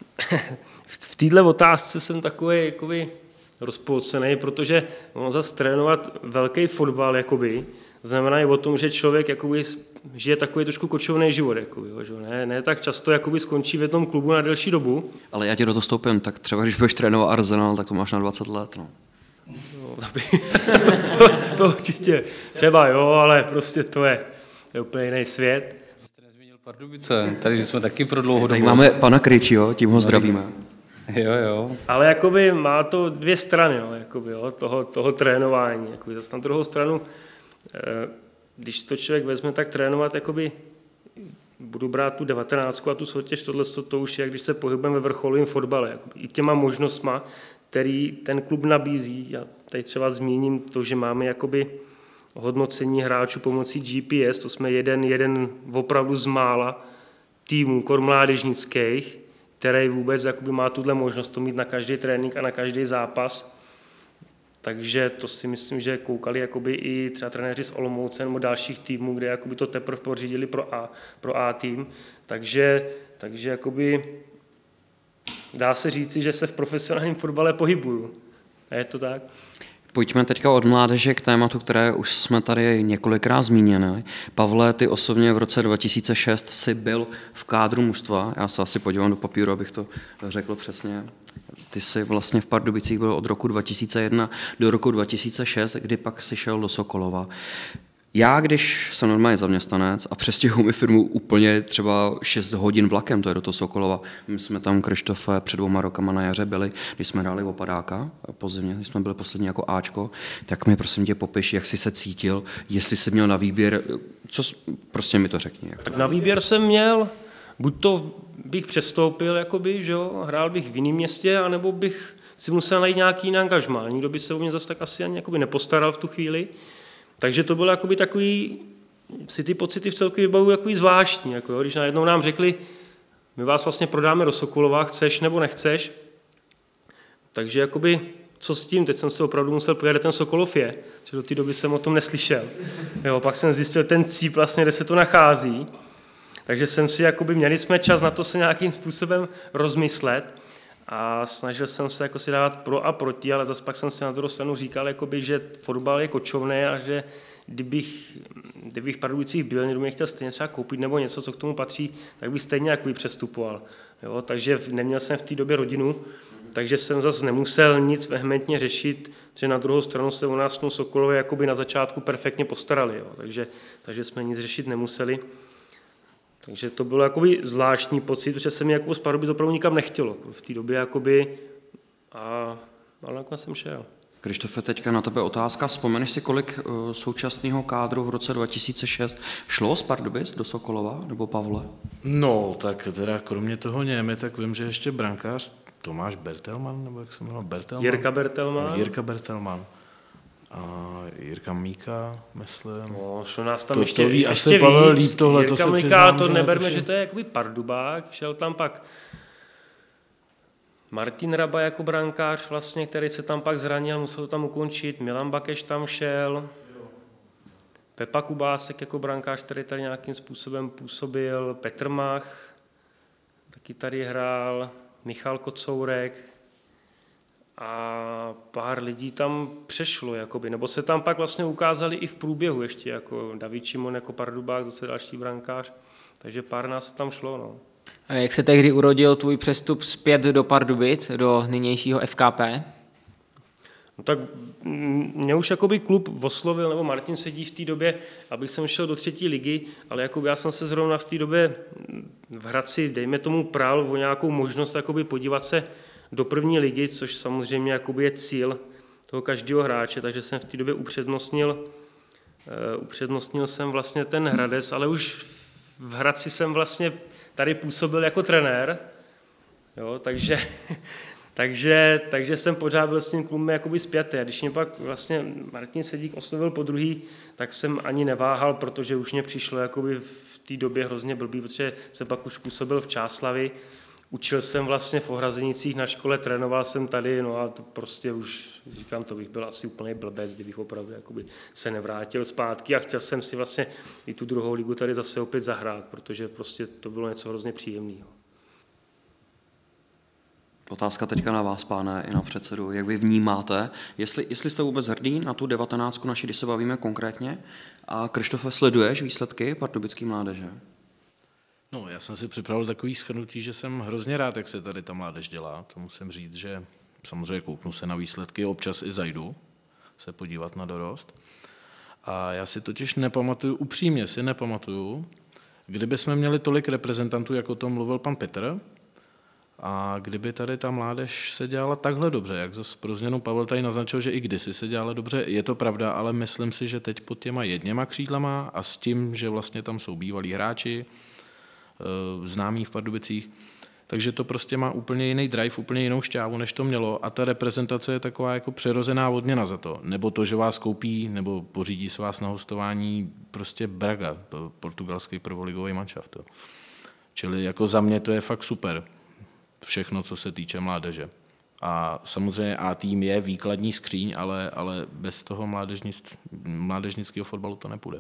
v této otázce jsem takový jakoby rozpolcený, protože on zase trénovat velký fotbal jakoby, znamená i o tom, že člověk jakoby žije takový trošku kočovný život. Jakoby, že ne, ne tak často jakoby skončí v jednom klubu na delší dobu. Ale já tě do toho stoupím, tak třeba když budeš trénovat Arsenal, tak to máš na dvacet let. No. No, to, by, to, to, to určitě třeba jo, ale prostě to je, to je úplně jiný svět. Jste nezmínil Pardubice, tady jsme taky pro dlouhodobost. Tady máme pana Krejčího, tím ho zdravíme. Jo, jo. Ale jakoby má to dvě strany jo, jakoby, jo, toho, toho trénování. Jakoby. Zase na druhou stranu, když to člověk vezme, tak trénovat, jakoby, budu brát tu devatenáctku a tu soutěž, tohle to už je, když se pohybujeme ve vrcholovém fotbale. Jakoby, i těma možnostma, který ten klub nabízí. Já tady třeba zmíním to, že máme jakoby hodnocení hráčů pomocí G P S, to jsme jeden, jeden opravdu z mála týmů, kor mládežnických, který vůbec jakoby má tuhle možnost to mít na každý trénink a na každý zápas. Takže to si myslím, že koukali jakoby i třeba trenéři z Olomouce nebo dalších týmů, kde jakoby to teprve pořídili pro A, pro A tým. Takže, takže jakoby dá se říci, že se v profesionálním fotbale pohybuju. A je to tak? Pojďme teďka od mládeže k tématu, které už jsme tady několikrát zmíněni. Pavle, ty osobně v roce dva tisíce šest jsi byl v kádru mužstva. Já se asi podívám do papíru, abych to řekl přesně. Ty jsi vlastně v Pardubicích byl od roku dva tisíce jedna do roku dva tisíce šest, kdy pak jsi šel do Sokolova. Já, když jsem normálně zaměstnanec a přestěhuji mi firmu úplně třeba šest hodin vlakem, to je do toho Sokolova. My jsme tam, Krištofe, před dvěma rokama na jaře byli, když jsme hráli opadáka pozimně, když jsme byli poslední jako Ačko, tak mi prosím tě popiš, jak jsi se cítil, jestli jsi měl na výběr, co, prostě mi to řekni. Jak to... Tak na výběr jsem měl, buď to bych přestoupil, jakoby, že jo, hrál bych v jiném městě, anebo bych si musel najít nějaký jiný angažmá. Nikdo by se o mě zase tak asi ani jakoby nepostaral v tu chvíli. Takže to bylo jakoby takový, si ty pocity v celku vybavují jakoby zvláštní. Jako jo, když najednou nám řekli, my vás vlastně prodáme do Sokolova, chceš nebo nechceš. Takže jakoby, co s tím? Teď jsem se opravdu musel povědět, ten Sokolov je, že do té doby jsem o tom neslyšel. Jo, pak jsem zjistil ten cíp, vlastně, kde se to nachází. Takže jsem si, jakoby, měli jsme čas na to se nějakým způsobem rozmyslet a snažil jsem se jako si dávat pro a proti, ale zase pak jsem si na druhou stranu říkal, jakoby, že fotbal je kočovný a že kdybych, kdybych v Pardubicích byl, někdo mě chtěl stejně třeba koupit nebo něco, co k tomu patří, tak bych stejně jakoby přestupoval. Jo, takže neměl jsem v té době rodinu, takže jsem zase nemusel nic vehementně řešit, že na druhou stranu se u nás v Sokolově jakoby na začátku perfektně postarali, jo, takže, takže jsme nic řešit nemuseli. Takže to bylo jakoby zvláštní pocit, protože se mi jako z Pardubic opravdu nikam nechtělo v té době, jakoby, a, ale nakonec jsem šel. Krištofe, teďka na tebe otázka. Vzpomeneš si, kolik uh, současného kádru v roce dva tisíce šest šlo z Pardubic do Sokolova, nebo Pavle? No, tak teda kromě toho Němy, tak vím, že ještě brankář Tomáš Bertelman, nebo jak se jmenuje? Bertelman? Jirka Bertelman. No, Jirka Bertelman. A Jirka Míka, myslím. No, šlo nás tam to, ještě, to ví ještě asi víc. Pavel líp tohle, Jirka to se Míka, přiznám, to že neberme, netuším. že to je jakoby Pardubák. Šel tam pak Martin Raba jako brankář, vlastně, který se tam pak zranil, musel to tam ukončit. Milan Bakeš tam šel. Pepa Kubásek jako brankář, který tady nějakým způsobem působil. Petr Mach taky tady hrál. Michal Kocourek. A pár lidí tam přešlo, jakoby, nebo se tam pak vlastně ukázali i v průběhu ještě, jako David Šimon jako Pardubák, zase další brankář, takže pár nás tam šlo. No. A jak se tehdy urodil tvůj přestup zpět do Pardubic, do nynějšího F K P? No tak mě už jakoby klub oslovil, nebo Martin sedí v té době, abych jsem šel do třetí ligy, ale jakoby já jsem se zrovna v té době v Hradci, dejme tomu, prál o nějakou možnost jakoby podívat se do první ligy, což samozřejmě jakoby je cíl toho každého hráče, takže jsem v té době upřednostnil, uh, upřednostnil jsem vlastně ten Hradec, ale už v Hradci jsem vlastně tady působil jako trenér, jo, takže, takže, takže jsem pořád byl s tím klubem jakoby zpětý. A když mě pak vlastně Martin Sedík oslovil po druhý, tak jsem ani neváhal, protože už mě přišlo jakoby v té době hrozně blbý, protože jsem pak už působil v Čáslavi. Učil jsem vlastně v Ohrazenicích na škole, trénoval jsem tady, no a to prostě už, říkám, to bych byl asi úplný blbec, kdybych opravdu jakoby se nevrátil zpátky a chtěl jsem si vlastně i tu druhou ligu tady zase opět zahrát, protože prostě to bylo něco hrozně příjemného. Otázka teďka na vás, páne, i na předsedu. Jak vy vnímáte, jestli, jestli jste vůbec hrdý na tu devatenáctku naši, když se bavíme konkrétně, a Krištofe, sleduješ výsledky pardubické mládeže? No, já jsem si připravil takový shrnutí, že jsem hrozně rád, jak se tady ta mládež dělá. To musím říct, že samozřejmě kouknu se na výsledky, občas i zajdu se podívat na dorost. A já si totiž nepamatuju, upřímně si nepamatuju, kdyby jsme měli tolik reprezentantů, jako o tom mluvil pan Petr, a kdyby tady ta mládež se dělala takhle dobře, jak zase pro změnu Pavel tady naznačil, že i kdysi se dělala dobře, je to pravda, ale myslím si, že teď pod těma jedněma křídlama a s tím, že vlastně tam jsou bývalí hráči, známí v Pardubicích, takže to prostě má úplně jiný drive, úplně jinou šťávu, než to mělo a ta reprezentace je taková jako přirozená odměna za to. Nebo to, že vás koupí nebo pořídí se vás na hostování prostě Braga, portugalský prvoligový manšaft. Čili jako za mě to je fakt super, všechno, co se týče mládeže. A samozřejmě A tým je výkladní skříň, ale, ale bez toho mládežnic, mládežnického fotbalu to nepůjde.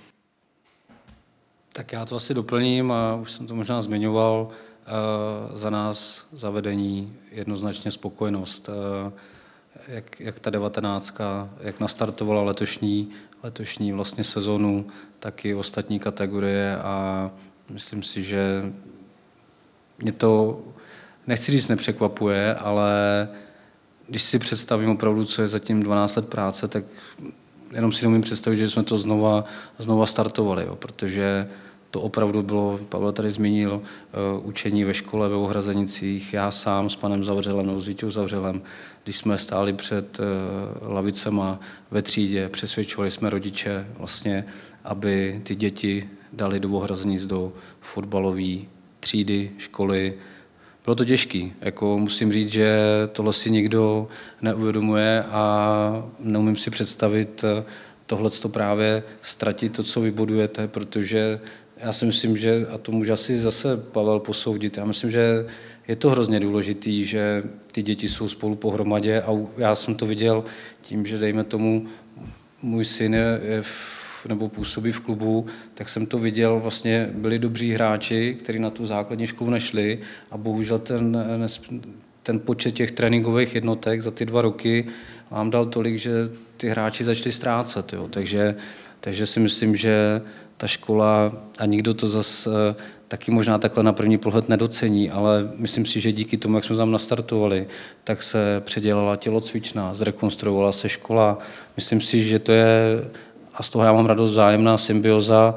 Tak já to asi doplním a už jsem to možná zmiňoval. Za nás zavedení jednoznačně spokojenost. Jak, jak ta devatenáctka, jak nastartovala letošní, letošní vlastně sezonu, tak i ostatní kategorie a myslím si, že mě to, nechci říct nepřekvapuje, ale když si představím opravdu, co je zatím dvanáct let práce, tak jenom si nemůžu představit, že jsme to znova, znova startovali, jo, protože to opravdu bylo, Pavel tady zmínil, uh, učení ve škole ve Ohrazenicích, já sám s panem Zavřelem, nebo s Víťou Zavřelem, když jsme stáli před uh, lavicema ve třídě, přesvědčovali jsme rodiče, vlastně, aby ty děti dali do Ohrazenic do fotbalové třídy, školy. Bylo to těžký, jako musím říct, že tohle si nikdo neuvědomuje a neumím si představit tohleto právě ztratit to, co vybudujete, protože já si myslím, že, a to může asi zase Pavel posoudit, já myslím, že je to hrozně důležitý, že ty děti jsou spolu pohromadě a já jsem to viděl tím, že dejme tomu, můj syn je, je v, nebo působí v klubu, tak jsem to viděl, vlastně byli dobří hráči, kteří na tu základní školu nešli a bohužel ten, ten počet těch tréninkových jednotek za ty dva roky vám dal tolik, že ty hráči začali ztrácet. Jo. Takže, takže si myslím, že ta škola, a nikdo to zase taky možná takhle na první pohled nedocení, ale myslím si, že díky tomu, jak jsme tam nastartovali, tak se předělala tělocvična, zrekonstruovala se škola. Myslím si, že to je, a z toho já mám radost, vzájemná symbioza,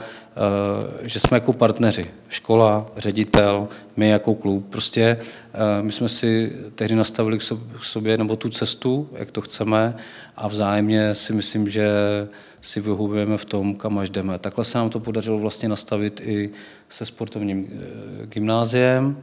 že jsme jako partneři, škola, ředitel, my jako klub. Prostě my jsme si tehdy nastavili k sobě nebo tu cestu, jak to chceme, a vzájemně si myslím, že si vyhovujeme v tom, kam až jdeme. Takhle se nám to podařilo vlastně nastavit i se sportovním gymnáziem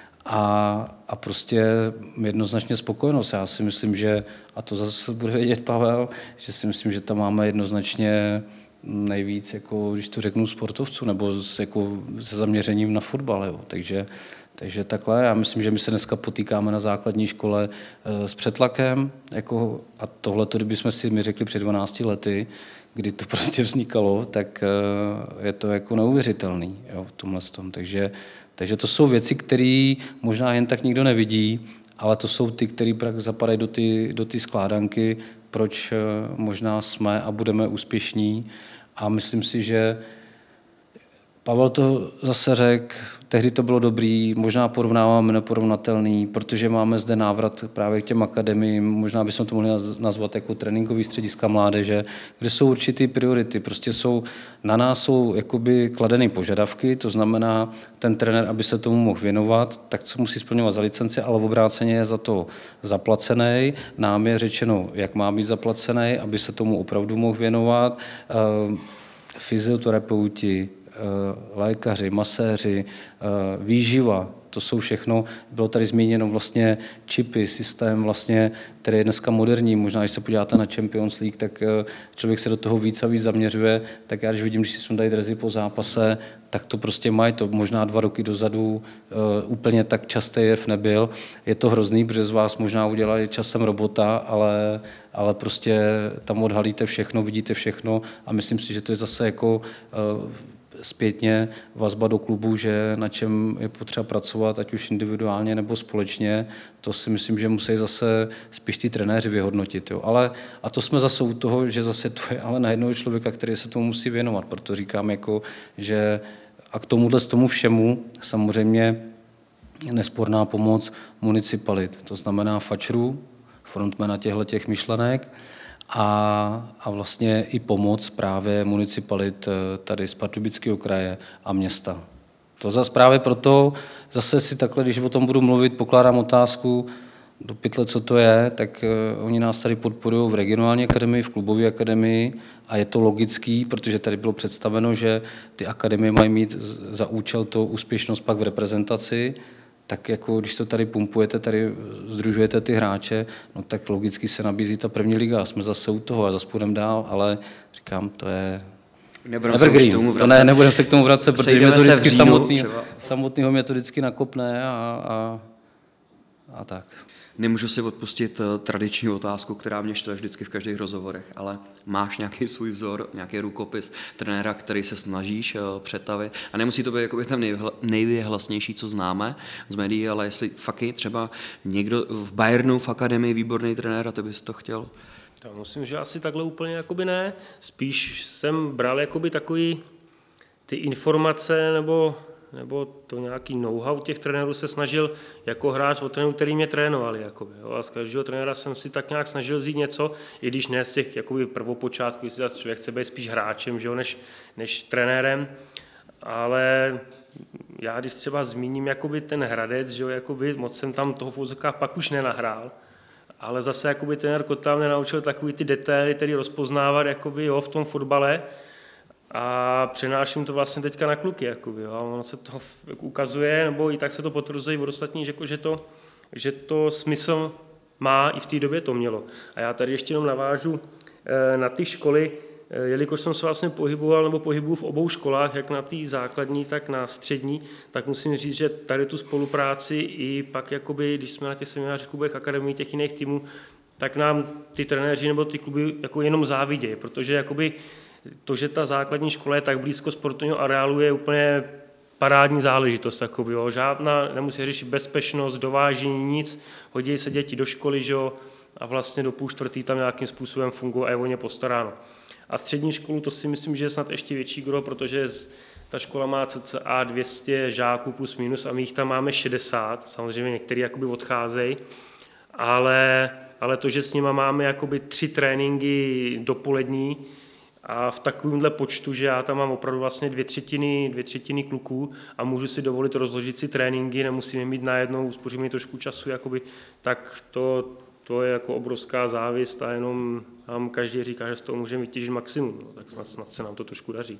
a, a prostě jednoznačně spokojenost. Já si myslím, že, a to zase bude vědět Pavel, že si myslím, že tam máme jednoznačně nejvíc, jako, když to řeknu, sportovců, nebo s, jako, se zaměřením na fotbal. Jo. Takže, takže takhle, já myslím, že my se dneska potýkáme na základní škole e, s přetlakem, jako, a tohle, kdybychom si mi řekli před dvanácti lety, kdy to prostě vznikalo, tak e, je to jako neuvěřitelný, jo, v tomhle tom. Takže, takže to jsou věci, které možná jen tak nikdo nevidí, ale to jsou ty, které zapadají do ty, do ty skládanky, proč možná jsme a budeme úspěšní. A myslím si, že Pavel to zase řekl, tehdy to bylo dobrý, možná porovnáváme neporovnatelný, protože máme zde návrat právě k těm akademiím, možná bychom to mohli nazvat jako tréninkový střediska mládeže, kde jsou určitý priority, prostě jsou, na nás jsou jakoby kladeny požadavky, to znamená, ten trenér, aby se tomu mohl věnovat, tak co musí splňovat za licenci, ale v obráceně je za to zaplacený, nám je řečeno, jak má být zaplacený, aby se tomu opravdu mohl věnovat, fyzioterapeuti, lékaři, maséři, výživa, to jsou všechno, bylo tady zmíněno vlastně čipy, systém vlastně, který je dneska moderní, možná když se podíváte na Champions League, tak člověk se do toho víc a víc zaměřuje, tak já když vidím, když si sundají dresy po zápase, tak to prostě mají, to možná dva roky dozadu úplně tak častý jev nebyl. Je to hrozný, protože z vás možná udělají časem robota, ale, ale prostě tam odhalíte všechno, vidíte všechno a myslím si, že to je zase jako zpětně vazba do klubu, že na čem je potřeba pracovat, ať už individuálně nebo společně, to si myslím, že musí zase spíš ty trenéři vyhodnotit. Jo. Ale, a to jsme zase u toho, že zase to je ale na jednoho člověka, který se tomu musí věnovat, proto říkám, jako, že a k tomuhle z tomu všemu samozřejmě nesporná pomoc municipalit, to znamená fačrů, frontmana těchto těch myšlenek, A, a vlastně i pomoc právě municipalit tady z Pardubického kraje a města. To zase právě proto, zase si takhle, když o tom budu mluvit, pokládám otázku do pytle, co to je, tak oni nás tady podporují v regionální akademii, v klubové akademii a je to logický, protože tady bylo představeno, že ty akademie mají mít za účel to úspěšnost pak v reprezentaci, tak jako když to tady pumpujete, tady sdružujete ty hráče, no tak logicky se nabízí ta první liga. Jsme zase u toho a zase půjdeme dál, ale říkám, to je evergreen. To ne, nebudeme se k tomu vracet, protože mě to vždycky samotný, samotného mě to vždycky nakopne a, a, a tak. Nemůžu si odpustit tradiční otázku, která mě štve vždycky v každých rozhovorech, ale máš nějaký svůj vzor, nějaký rukopis trenéra, který se snažíš přetavit a nemusí to být jakoby ten nejvyhlasnější, co známe z médií, ale jestli fakt třeba někdo v Bayernu v akademii výborný trenér a ty bys to chtěl? Já myslím, že asi takhle úplně jakoby ne. Spíš jsem bral jakoby takový ty informace nebo nebo to nějaký know-how těch trenérů se snažil jako hráč od trenérů, který mě trénovali. Jakoby, jo. A z každého trenéra jsem si tak nějak snažil vzít něco, i když ne z těch jakoby prvopočátku, jestli zase člověk chce být spíš hráčem, že jo, než, než trenérem. Ale já když třeba zmíním jakoby ten Hradec, že jo, jakoby, moc jsem tam toho v úzokách pak už nenahrál, ale zase jakoby trenér Kotal mě naučil takový ty detaily, který rozpoznávat jakoby, jo, v tom fotbale. a přenáším to vlastně teďka na kluky, jakoby, jo. A ono se to ukazuje, nebo i tak se to potvrzuje od ostatních, jako, že, to, že to smysl má, i v té době to mělo. A já tady ještě jenom navážu e, na ty školy, e, jelikož jsem se vlastně pohyboval nebo pohybuju v obou školách, jak na té základní, tak na střední, tak musím říct, že tady tu spolupráci i pak, jakoby, když jsme na těch seminářích, klubech, akademii, těch jiných týmů, tak nám ty trenéři nebo ty kluby jako jenom závidějí, protože jakoby to, že ta základní škola je tak blízko sportovního areálu, je úplně parádní záležitost. Jakoby, jo. Žádná, nemusí řešit bezpečnost, dovážení, nic, hodí se děti do školy, že jo, a vlastně do půl čtvrtý tam nějakým způsobem funguje a je o ně postaráno. A střední školu, to si myslím, že je snad ještě větší gro, protože ta škola má cca dvě stě žáků plus minus a my jich tam máme šedesát, samozřejmě některý jakoby odcházejí, ale, ale to, že s nima máme jakoby tři tréninky dopolední a v takovémhle počtu, že já tam mám opravdu vlastně dvě třetiny, dvě třetiny kluků a můžu si dovolit rozložit si tréninky, nemusíme mít najednou, uspoříme trošku času, jakoby, tak to, to je jako obrovská závist a jenom nám každý říká, že z toho můžeme vytěžit maximum, no, tak snad, snad se nám to trošku daří.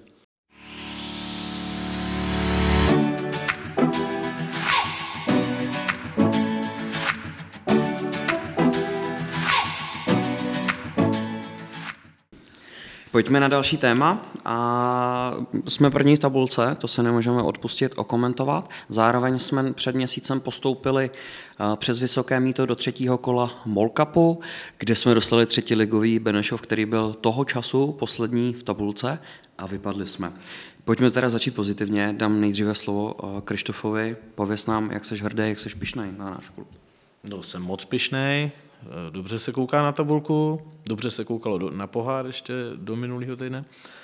Pojďme na další téma a jsme první v tabulce, to se nemůžeme odpustit okomentovat. Zároveň jsme před měsícem postoupili přes vysoké míto do třetího kola Mall Cupu, kde jsme dostali třetí ligový Benešov, který byl toho času poslední v tabulce a vypadli jsme. Pojďme teda začít pozitivně, dám nejdříve slovo Krištofovi, pověz nám, jak seš hrdý, jak seš pyšnej na náš klub. No, jsem moc pyšnej. Dobře se kouká na tabulku, dobře se koukalo do, na pohár ještě do minulého týdne.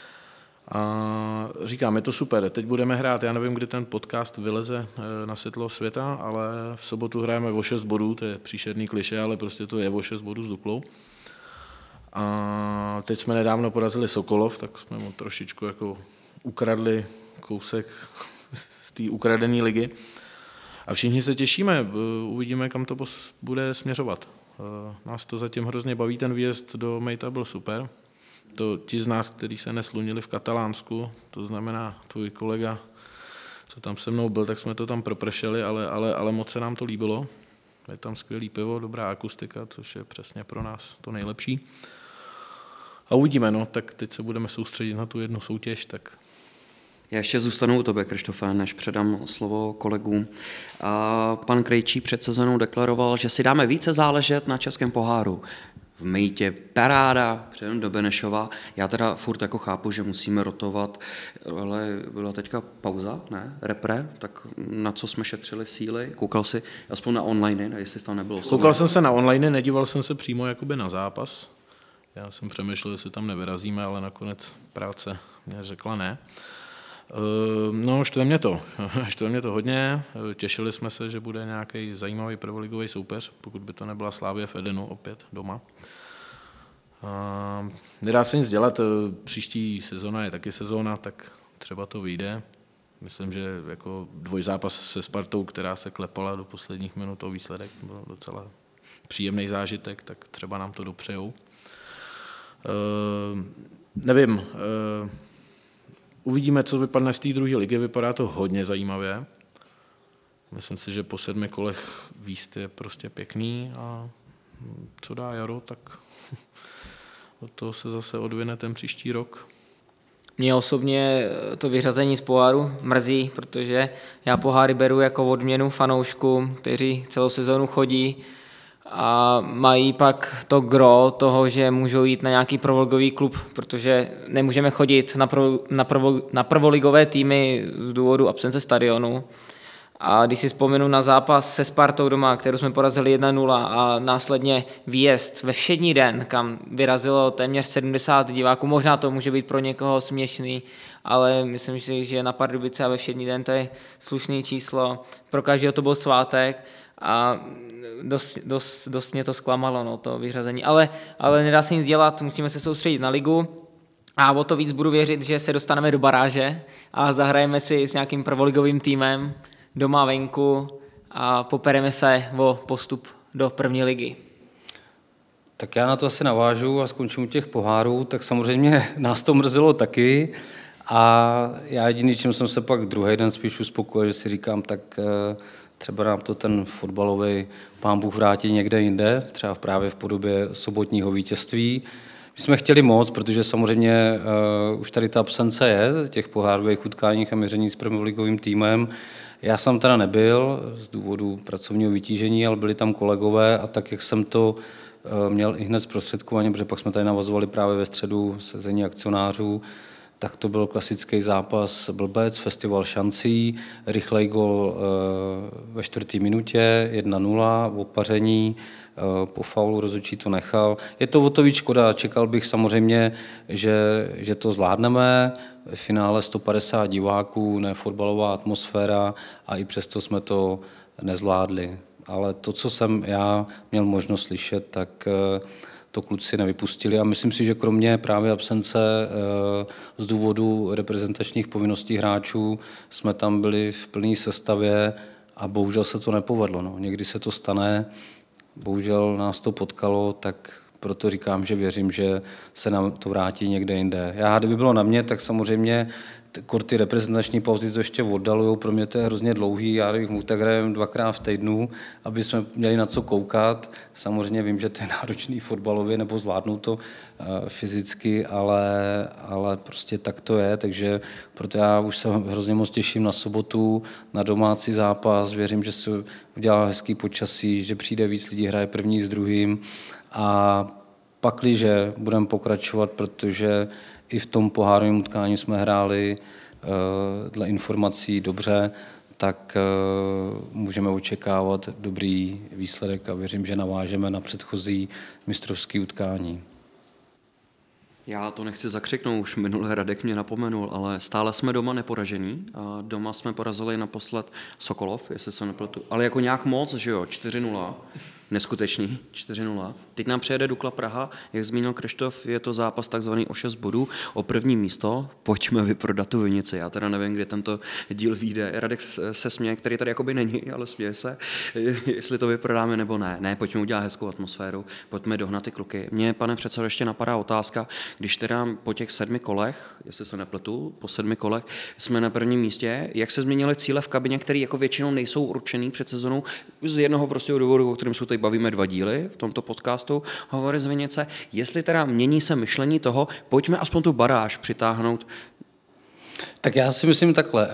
A říkám, je to super, teď budeme hrát, já nevím, kdy ten podcast vyleze na světlo světa, ale v sobotu hrajeme o šest bodů, to je příšerný klišé, ale prostě to je o šest bodů s Duklou. A teď jsme nedávno porazili Sokolov, tak jsme mu trošičku jako ukradli kousek z té ukradené ligy. A všichni se těšíme, uvidíme, kam to bude směřovat. Nás to zatím hrozně baví, ten výjezd do Mejta byl super. To ti z nás, kteří se neslunili v Katalánsku, to znamená tvůj kolega, co tam se mnou byl, tak jsme to tam propršeli, ale, ale, ale moc se nám to líbilo. Je tam skvělý pivo, dobrá akustika, což je přesně pro nás to nejlepší. A uvidíme, no, tak teď se budeme soustředit na tu jednu soutěž, tak... Já ještě zůstanu u tebe, Krištofe, než předám slovo kolegům. A pan Krejčí před sezónou deklaroval, že si dáme více záležet na českém poháru. V Mejtě paráda, přejdeme do Benešova. Já teda furt jako chápu, že musíme rotovat, ale byla teďka pauza, ne? Repre, tak na co jsme šetřili síly? Koukal si aspoň na online, ne? Jestli tam nebylo. Koukal jsem se na online, nedíval jsem se přímo jakoby na zápas. Já jsem přemýšlel, jestli tam nevyrazíme, ale nakonec práce mě řekla ne. No, štve mě to. Štve mě to hodně. Těšili jsme se, že bude nějaký zajímavý prvoligový soupeř, pokud by to nebyla Slavia v Edenu opět doma. Nedá se nic dělat, příští sezona je taky sezóna, tak třeba to vyjde. Myslím, že jako dvojzápas se Spartou, která se klepala do posledních minut o výsledek, byl docela příjemný zážitek, tak třeba nám to dopřejou. Nevím, uvidíme, co vypadne z té druhé ligy, vypadá to hodně zajímavě. Myslím si, že po sedmi kolech výst je prostě pěkný a co dá jaro, tak od toho se zase odvine ten příští rok. Mě osobně to vyřazení z poháru mrzí, protože já poháry beru jako odměnu fanouškům, kteří celou sezónu chodí a mají pak to gro toho, že můžou jít na nějaký prvoligový klub, protože nemůžeme chodit na, prvo, na, prvo, na prvoligové týmy z důvodu absence stadionu. A když si vzpomenu na zápas se Spartou doma, kterou jsme porazili jedna nula a následně výjezd ve všední den, kam vyrazilo téměř sedmdesát diváků, možná to může být pro někoho směšný, ale myslím si, že na Pardubice a ve všední den to je slušné číslo. Pro každého to byl svátek a dost, dost, dost mě to zklamalo, no, to vyřazení. Ale, ale nedá se nic dělat, musíme se soustředit na ligu. A o to víc budu věřit, že se dostaneme do baráže a zahrajeme si s nějakým prvoligovým týmem doma venku a popereme se o postup do první ligy. Tak já na to asi navážu a skončím u těch pohárů, tak samozřejmě nás to mrzelo taky A já jediný, čím jsem se pak druhý den spíš uspokojil, že si říkám, tak třeba nám to ten fotbalový pán Bůh vrátí někde jinde, třeba právě v podobě sobotního vítězství. My jsme chtěli moc, protože samozřejmě uh, už tady ta absence je, těch pohárových utkáních a měření s Premier Leagueovým týmem. Já jsem teda nebyl z důvodu pracovního vytížení, ale byli tam kolegové a tak, jak jsem to uh, měl i hned zprostředkovaně, protože pak jsme tady navazovali právě ve středu sezení akcionářů, tak to byl klasický zápas Blbec, festival šancí, rychlej gol uh, ve čtvrté minutě, jedna nula, opaření, po faulu rozhodčí to nechal. Je to o to víc škoda, čekal bych samozřejmě, že, že to zvládneme. V finále sto padesát diváků, ne fotbalová atmosféra a i přesto jsme to nezvládli. Ale to, co jsem já měl možnost slyšet, tak to kluci nevypustili a myslím si, že kromě právě absence z důvodu reprezentačních povinností hráčů jsme tam byli v plné sestavě a bohužel se to nepovedlo. No. Někdy se to stane, bohužel nás to potkalo, tak proto říkám, že věřím, že se nám to vrátí někde jinde. Já, kdyby bylo na mě, tak samozřejmě ty reprezentační pauzy to ještě oddalujou, pro mě to je hrozně dlouhý, já bych mohl tak hrajeme dvakrát v týdnu, aby jsme měli na co koukat. Samozřejmě vím, že to je náročný fotbalově, nebo zvládnout to uh, fyzicky, ale, ale prostě tak to je, takže proto já už se hrozně moc těším na sobotu, na domácí zápas, věřím, že se udělá hezký počasí, že přijde víc lidí, hraje první s druhým a pakliže budeme pokračovat, protože i v tom pohárovém utkání jsme hráli dle informací dobře, tak můžeme očekávat dobrý výsledek a věřím, že navážeme na předchozí mistrovské utkání. Já to nechci zakřiknout, už minulý Radek mě napomenul, ale stále jsme doma neporažení. A doma jsme porazili naposled Sokolov, jestli se nepletu, ale jako nějak moc, že jo, čtyři nula. Neskutečný, čtyři nula. Teď nám přijede Dukla Praha, jak zmínil Krištof, je to zápas takzvaný o šest bodů, o první místo, pojďme vyprodat tu Vinici, já teda nevím, kdy tento díl vyjde. Radek se, se směje, který tady jakoby není, ale směje se, jestli to vyprodáme nebo ne. Ne, pojďme udělat hezkou atmosféru, pojďme dohnat ty kluky. Mně, pane předsedo, ještě napadá otázka, když teda po těch sedmi kolech, jestli se nepletu, po sedmi kolech jsme na prvním místě, jak se změnily cíle v kabině, které jako většinou nejsou určený před sezónou, z jednoho prostého důvodu, o kterém jsou tady bavíme dva díly v tomto podcastu Hovory z Vinice, jestli teda mění se myšlení toho, pojďme aspoň tu baráž přitáhnout. Tak já si myslím takhle.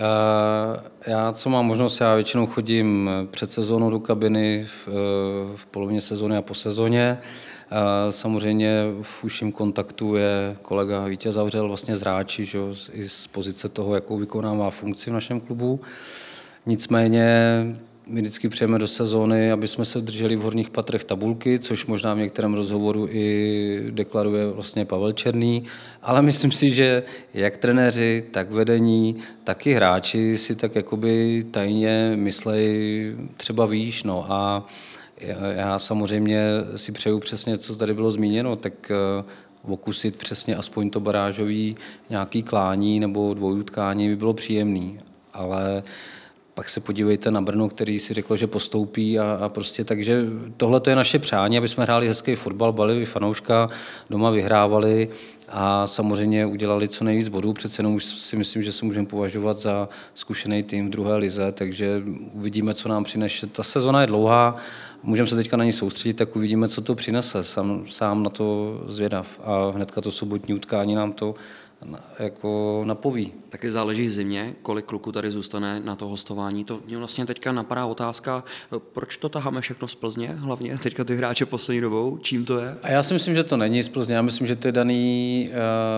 Já, co mám možnost, já většinou chodím před sezónou do kabiny v, v polovině sezóny a po sezóně. Samozřejmě v užším kontaktu je kolega Vítěz Zavřel vlastně z hráči, že jo, i z pozice toho, jakou vykonává funkci v našem klubu. Nicméně my vždycky přejeme do sezóny, aby jsme se drželi v horních patrech tabulky, což možná v některém rozhovoru i deklaruje vlastně Pavel Černý, ale myslím si, že jak trenéři, tak vedení, tak i hráči si tak jakoby tajně myslejí třeba výš, no a já samozřejmě si přeju přesně, co tady bylo zmíněno, tak okusit přesně aspoň to barážový nějaký klání nebo dvojutkání by bylo příjemný, ale pak se podívejte na Brno, který si řekl, že postoupí a, a prostě takže tohle to je naše přání, aby jsme hráli hezký fotbal, balili fanouška, doma vyhrávali a samozřejmě udělali co nejvíc bodů, přece jenom už si myslím, že se můžeme považovat za zkušený tým v druhé lize, takže uvidíme, co nám přinese. Ta sezona je dlouhá, můžeme se teďka na ní soustředit, tak uvidíme, co to přinese. Sám, sám na to zvědav a hnedka to sobotní utkání nám to jako napoví. Taky záleží zimě, kolik kluků tady zůstane na to hostování. To mě vlastně teďka napadá otázka, proč to taháme všechno z Plzně, hlavně teďka ty hráče poslední dobou, čím to je? A já si myslím, že to není z Plzně, já myslím, že to je daný,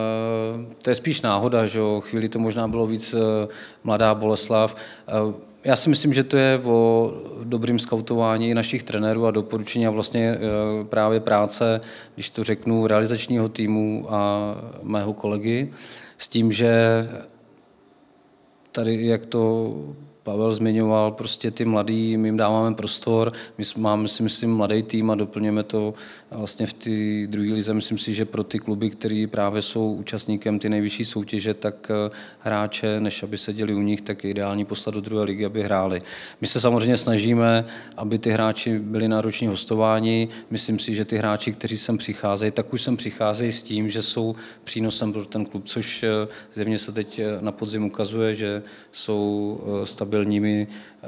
to je spíš náhoda, že chvíli to možná bylo víc Mladá Boleslav. Já si myslím, že to je o dobrým skautování našich trenérů a doporučení a vlastně právě práce, když to řeknu, realizačního týmu a mého kolegy, s tím, že tady, jak to Pavel zmiňoval, prostě ty mladý, my jim dáváme prostor, my máme si myslím mladý tým a doplňujeme to vlastně v té druhé lize. Myslím si, že pro ty kluby, který právě jsou účastníkem ty nejvyšší soutěže, tak hráče, než aby seděli u nich, tak je ideální poslat do druhé ligy, aby hráli. My se samozřejmě snažíme, aby ty hráči byli na roční hostování. Myslím si, že ty hráči, kteří sem přicházejí, tak už sem přicházejí s tím, že jsou přínosem pro ten klub, což zjevně se teď na podzim ukazuje, že jsou stabilními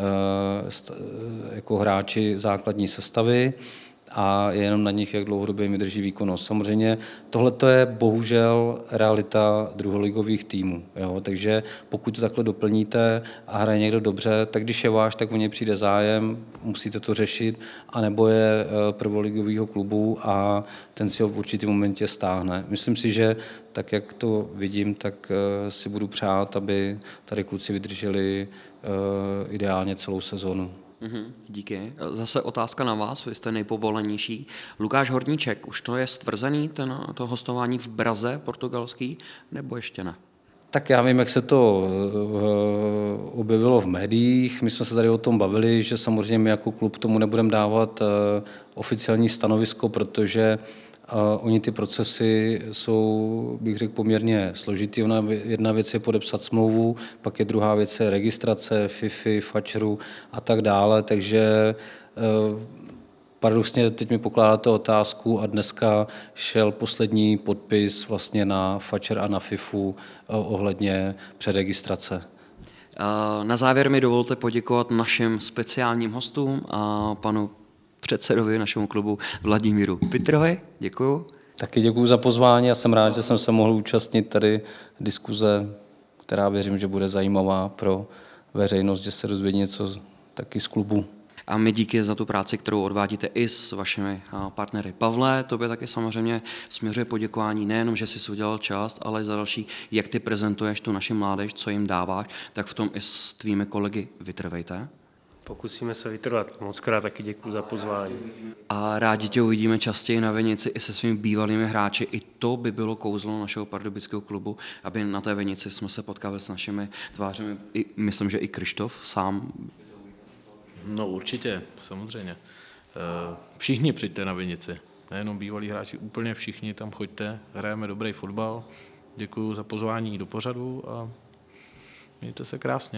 jako hráči základní sestavy a je jenom na nich, jak dlouhodobě jim vydrží výkonnost. Samozřejmě tohle je bohužel realita druholigových týmů. Jo? Takže pokud to takhle doplníte a hraje někdo dobře, tak když je váš, tak o něj přijde zájem, musíte to řešit, anebo je prvoligového klubu a ten si ho v určitém momentě stáhne. Myslím si, že tak, jak to vidím, tak si budu přát, aby tady kluci vydrželi ideálně celou sezonu. Mhm, díky. Zase otázka na vás, vy jste nejpovolenější. Lukáš Horníček, už to je stvrzený, ten, to hostování v Braze portugalský, nebo ještě ne? Tak já vím, jak se to objevilo v médiích. My jsme se tady o tom bavili, že samozřejmě my jako klub tomu nebudeme dávat oficiální stanovisko, protože oni ty procesy jsou, bych řekl, poměrně složitý. Ona, jedna věc je podepsat smlouvu, pak je druhá věc je registrace FIFA, Facheru a tak dále, takže paradoxně teď mi pokládáte otázku a dneska šel poslední podpis vlastně na Facher a na FIFU ohledně předregistrace. Na závěr mi dovolte poděkovat našim speciálním hostům a panu předsedovi našemu klubu Vladimíru Pitrovi. Děkuju. Taky děkuju za pozvání a jsem rád, že jsem se mohl účastnit tady diskuze, která věřím, že bude zajímavá pro veřejnost, že se dozvědí něco taky z klubu. A my díky za tu práci, kterou odvádíte i s vašimi partnery. Pavle, tobě taky samozřejmě směřuje poděkování nejenom, že jsi udělal čas, ale i za další, jak ty prezentuješ tu naši mládež, co jim dáváš, tak v tom i s tvými kolegy vytrvejte. Pokusíme se vytrvat. Moc krát taky děkuji za pozvání. A rádi tě uvidíme častěji na Vinici i se svými bývalými hráči. I to by bylo kouzlo našeho pardubického klubu, aby na té Vinici jsme se potkali s našimi tvářemi. I, myslím, že i Krištof sám. No určitě, samozřejmě. Všichni přijďte na Vinici. Nejenom bývalí hráči, úplně všichni tam choďte. Hrajeme dobrý fotbal. Děkuji za pozvání do pořadu a mějte se krásně.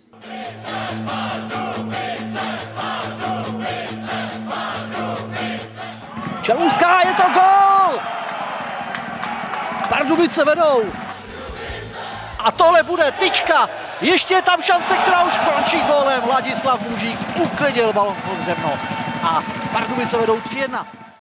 Čelůská, je to gól! Pardubice vedou. A tohle bude tyčka. Ještě je tam šance, která už končí gólem. Ladislav Mužík uklidil balon pod zemno. A Pardubice vedou tři jedna.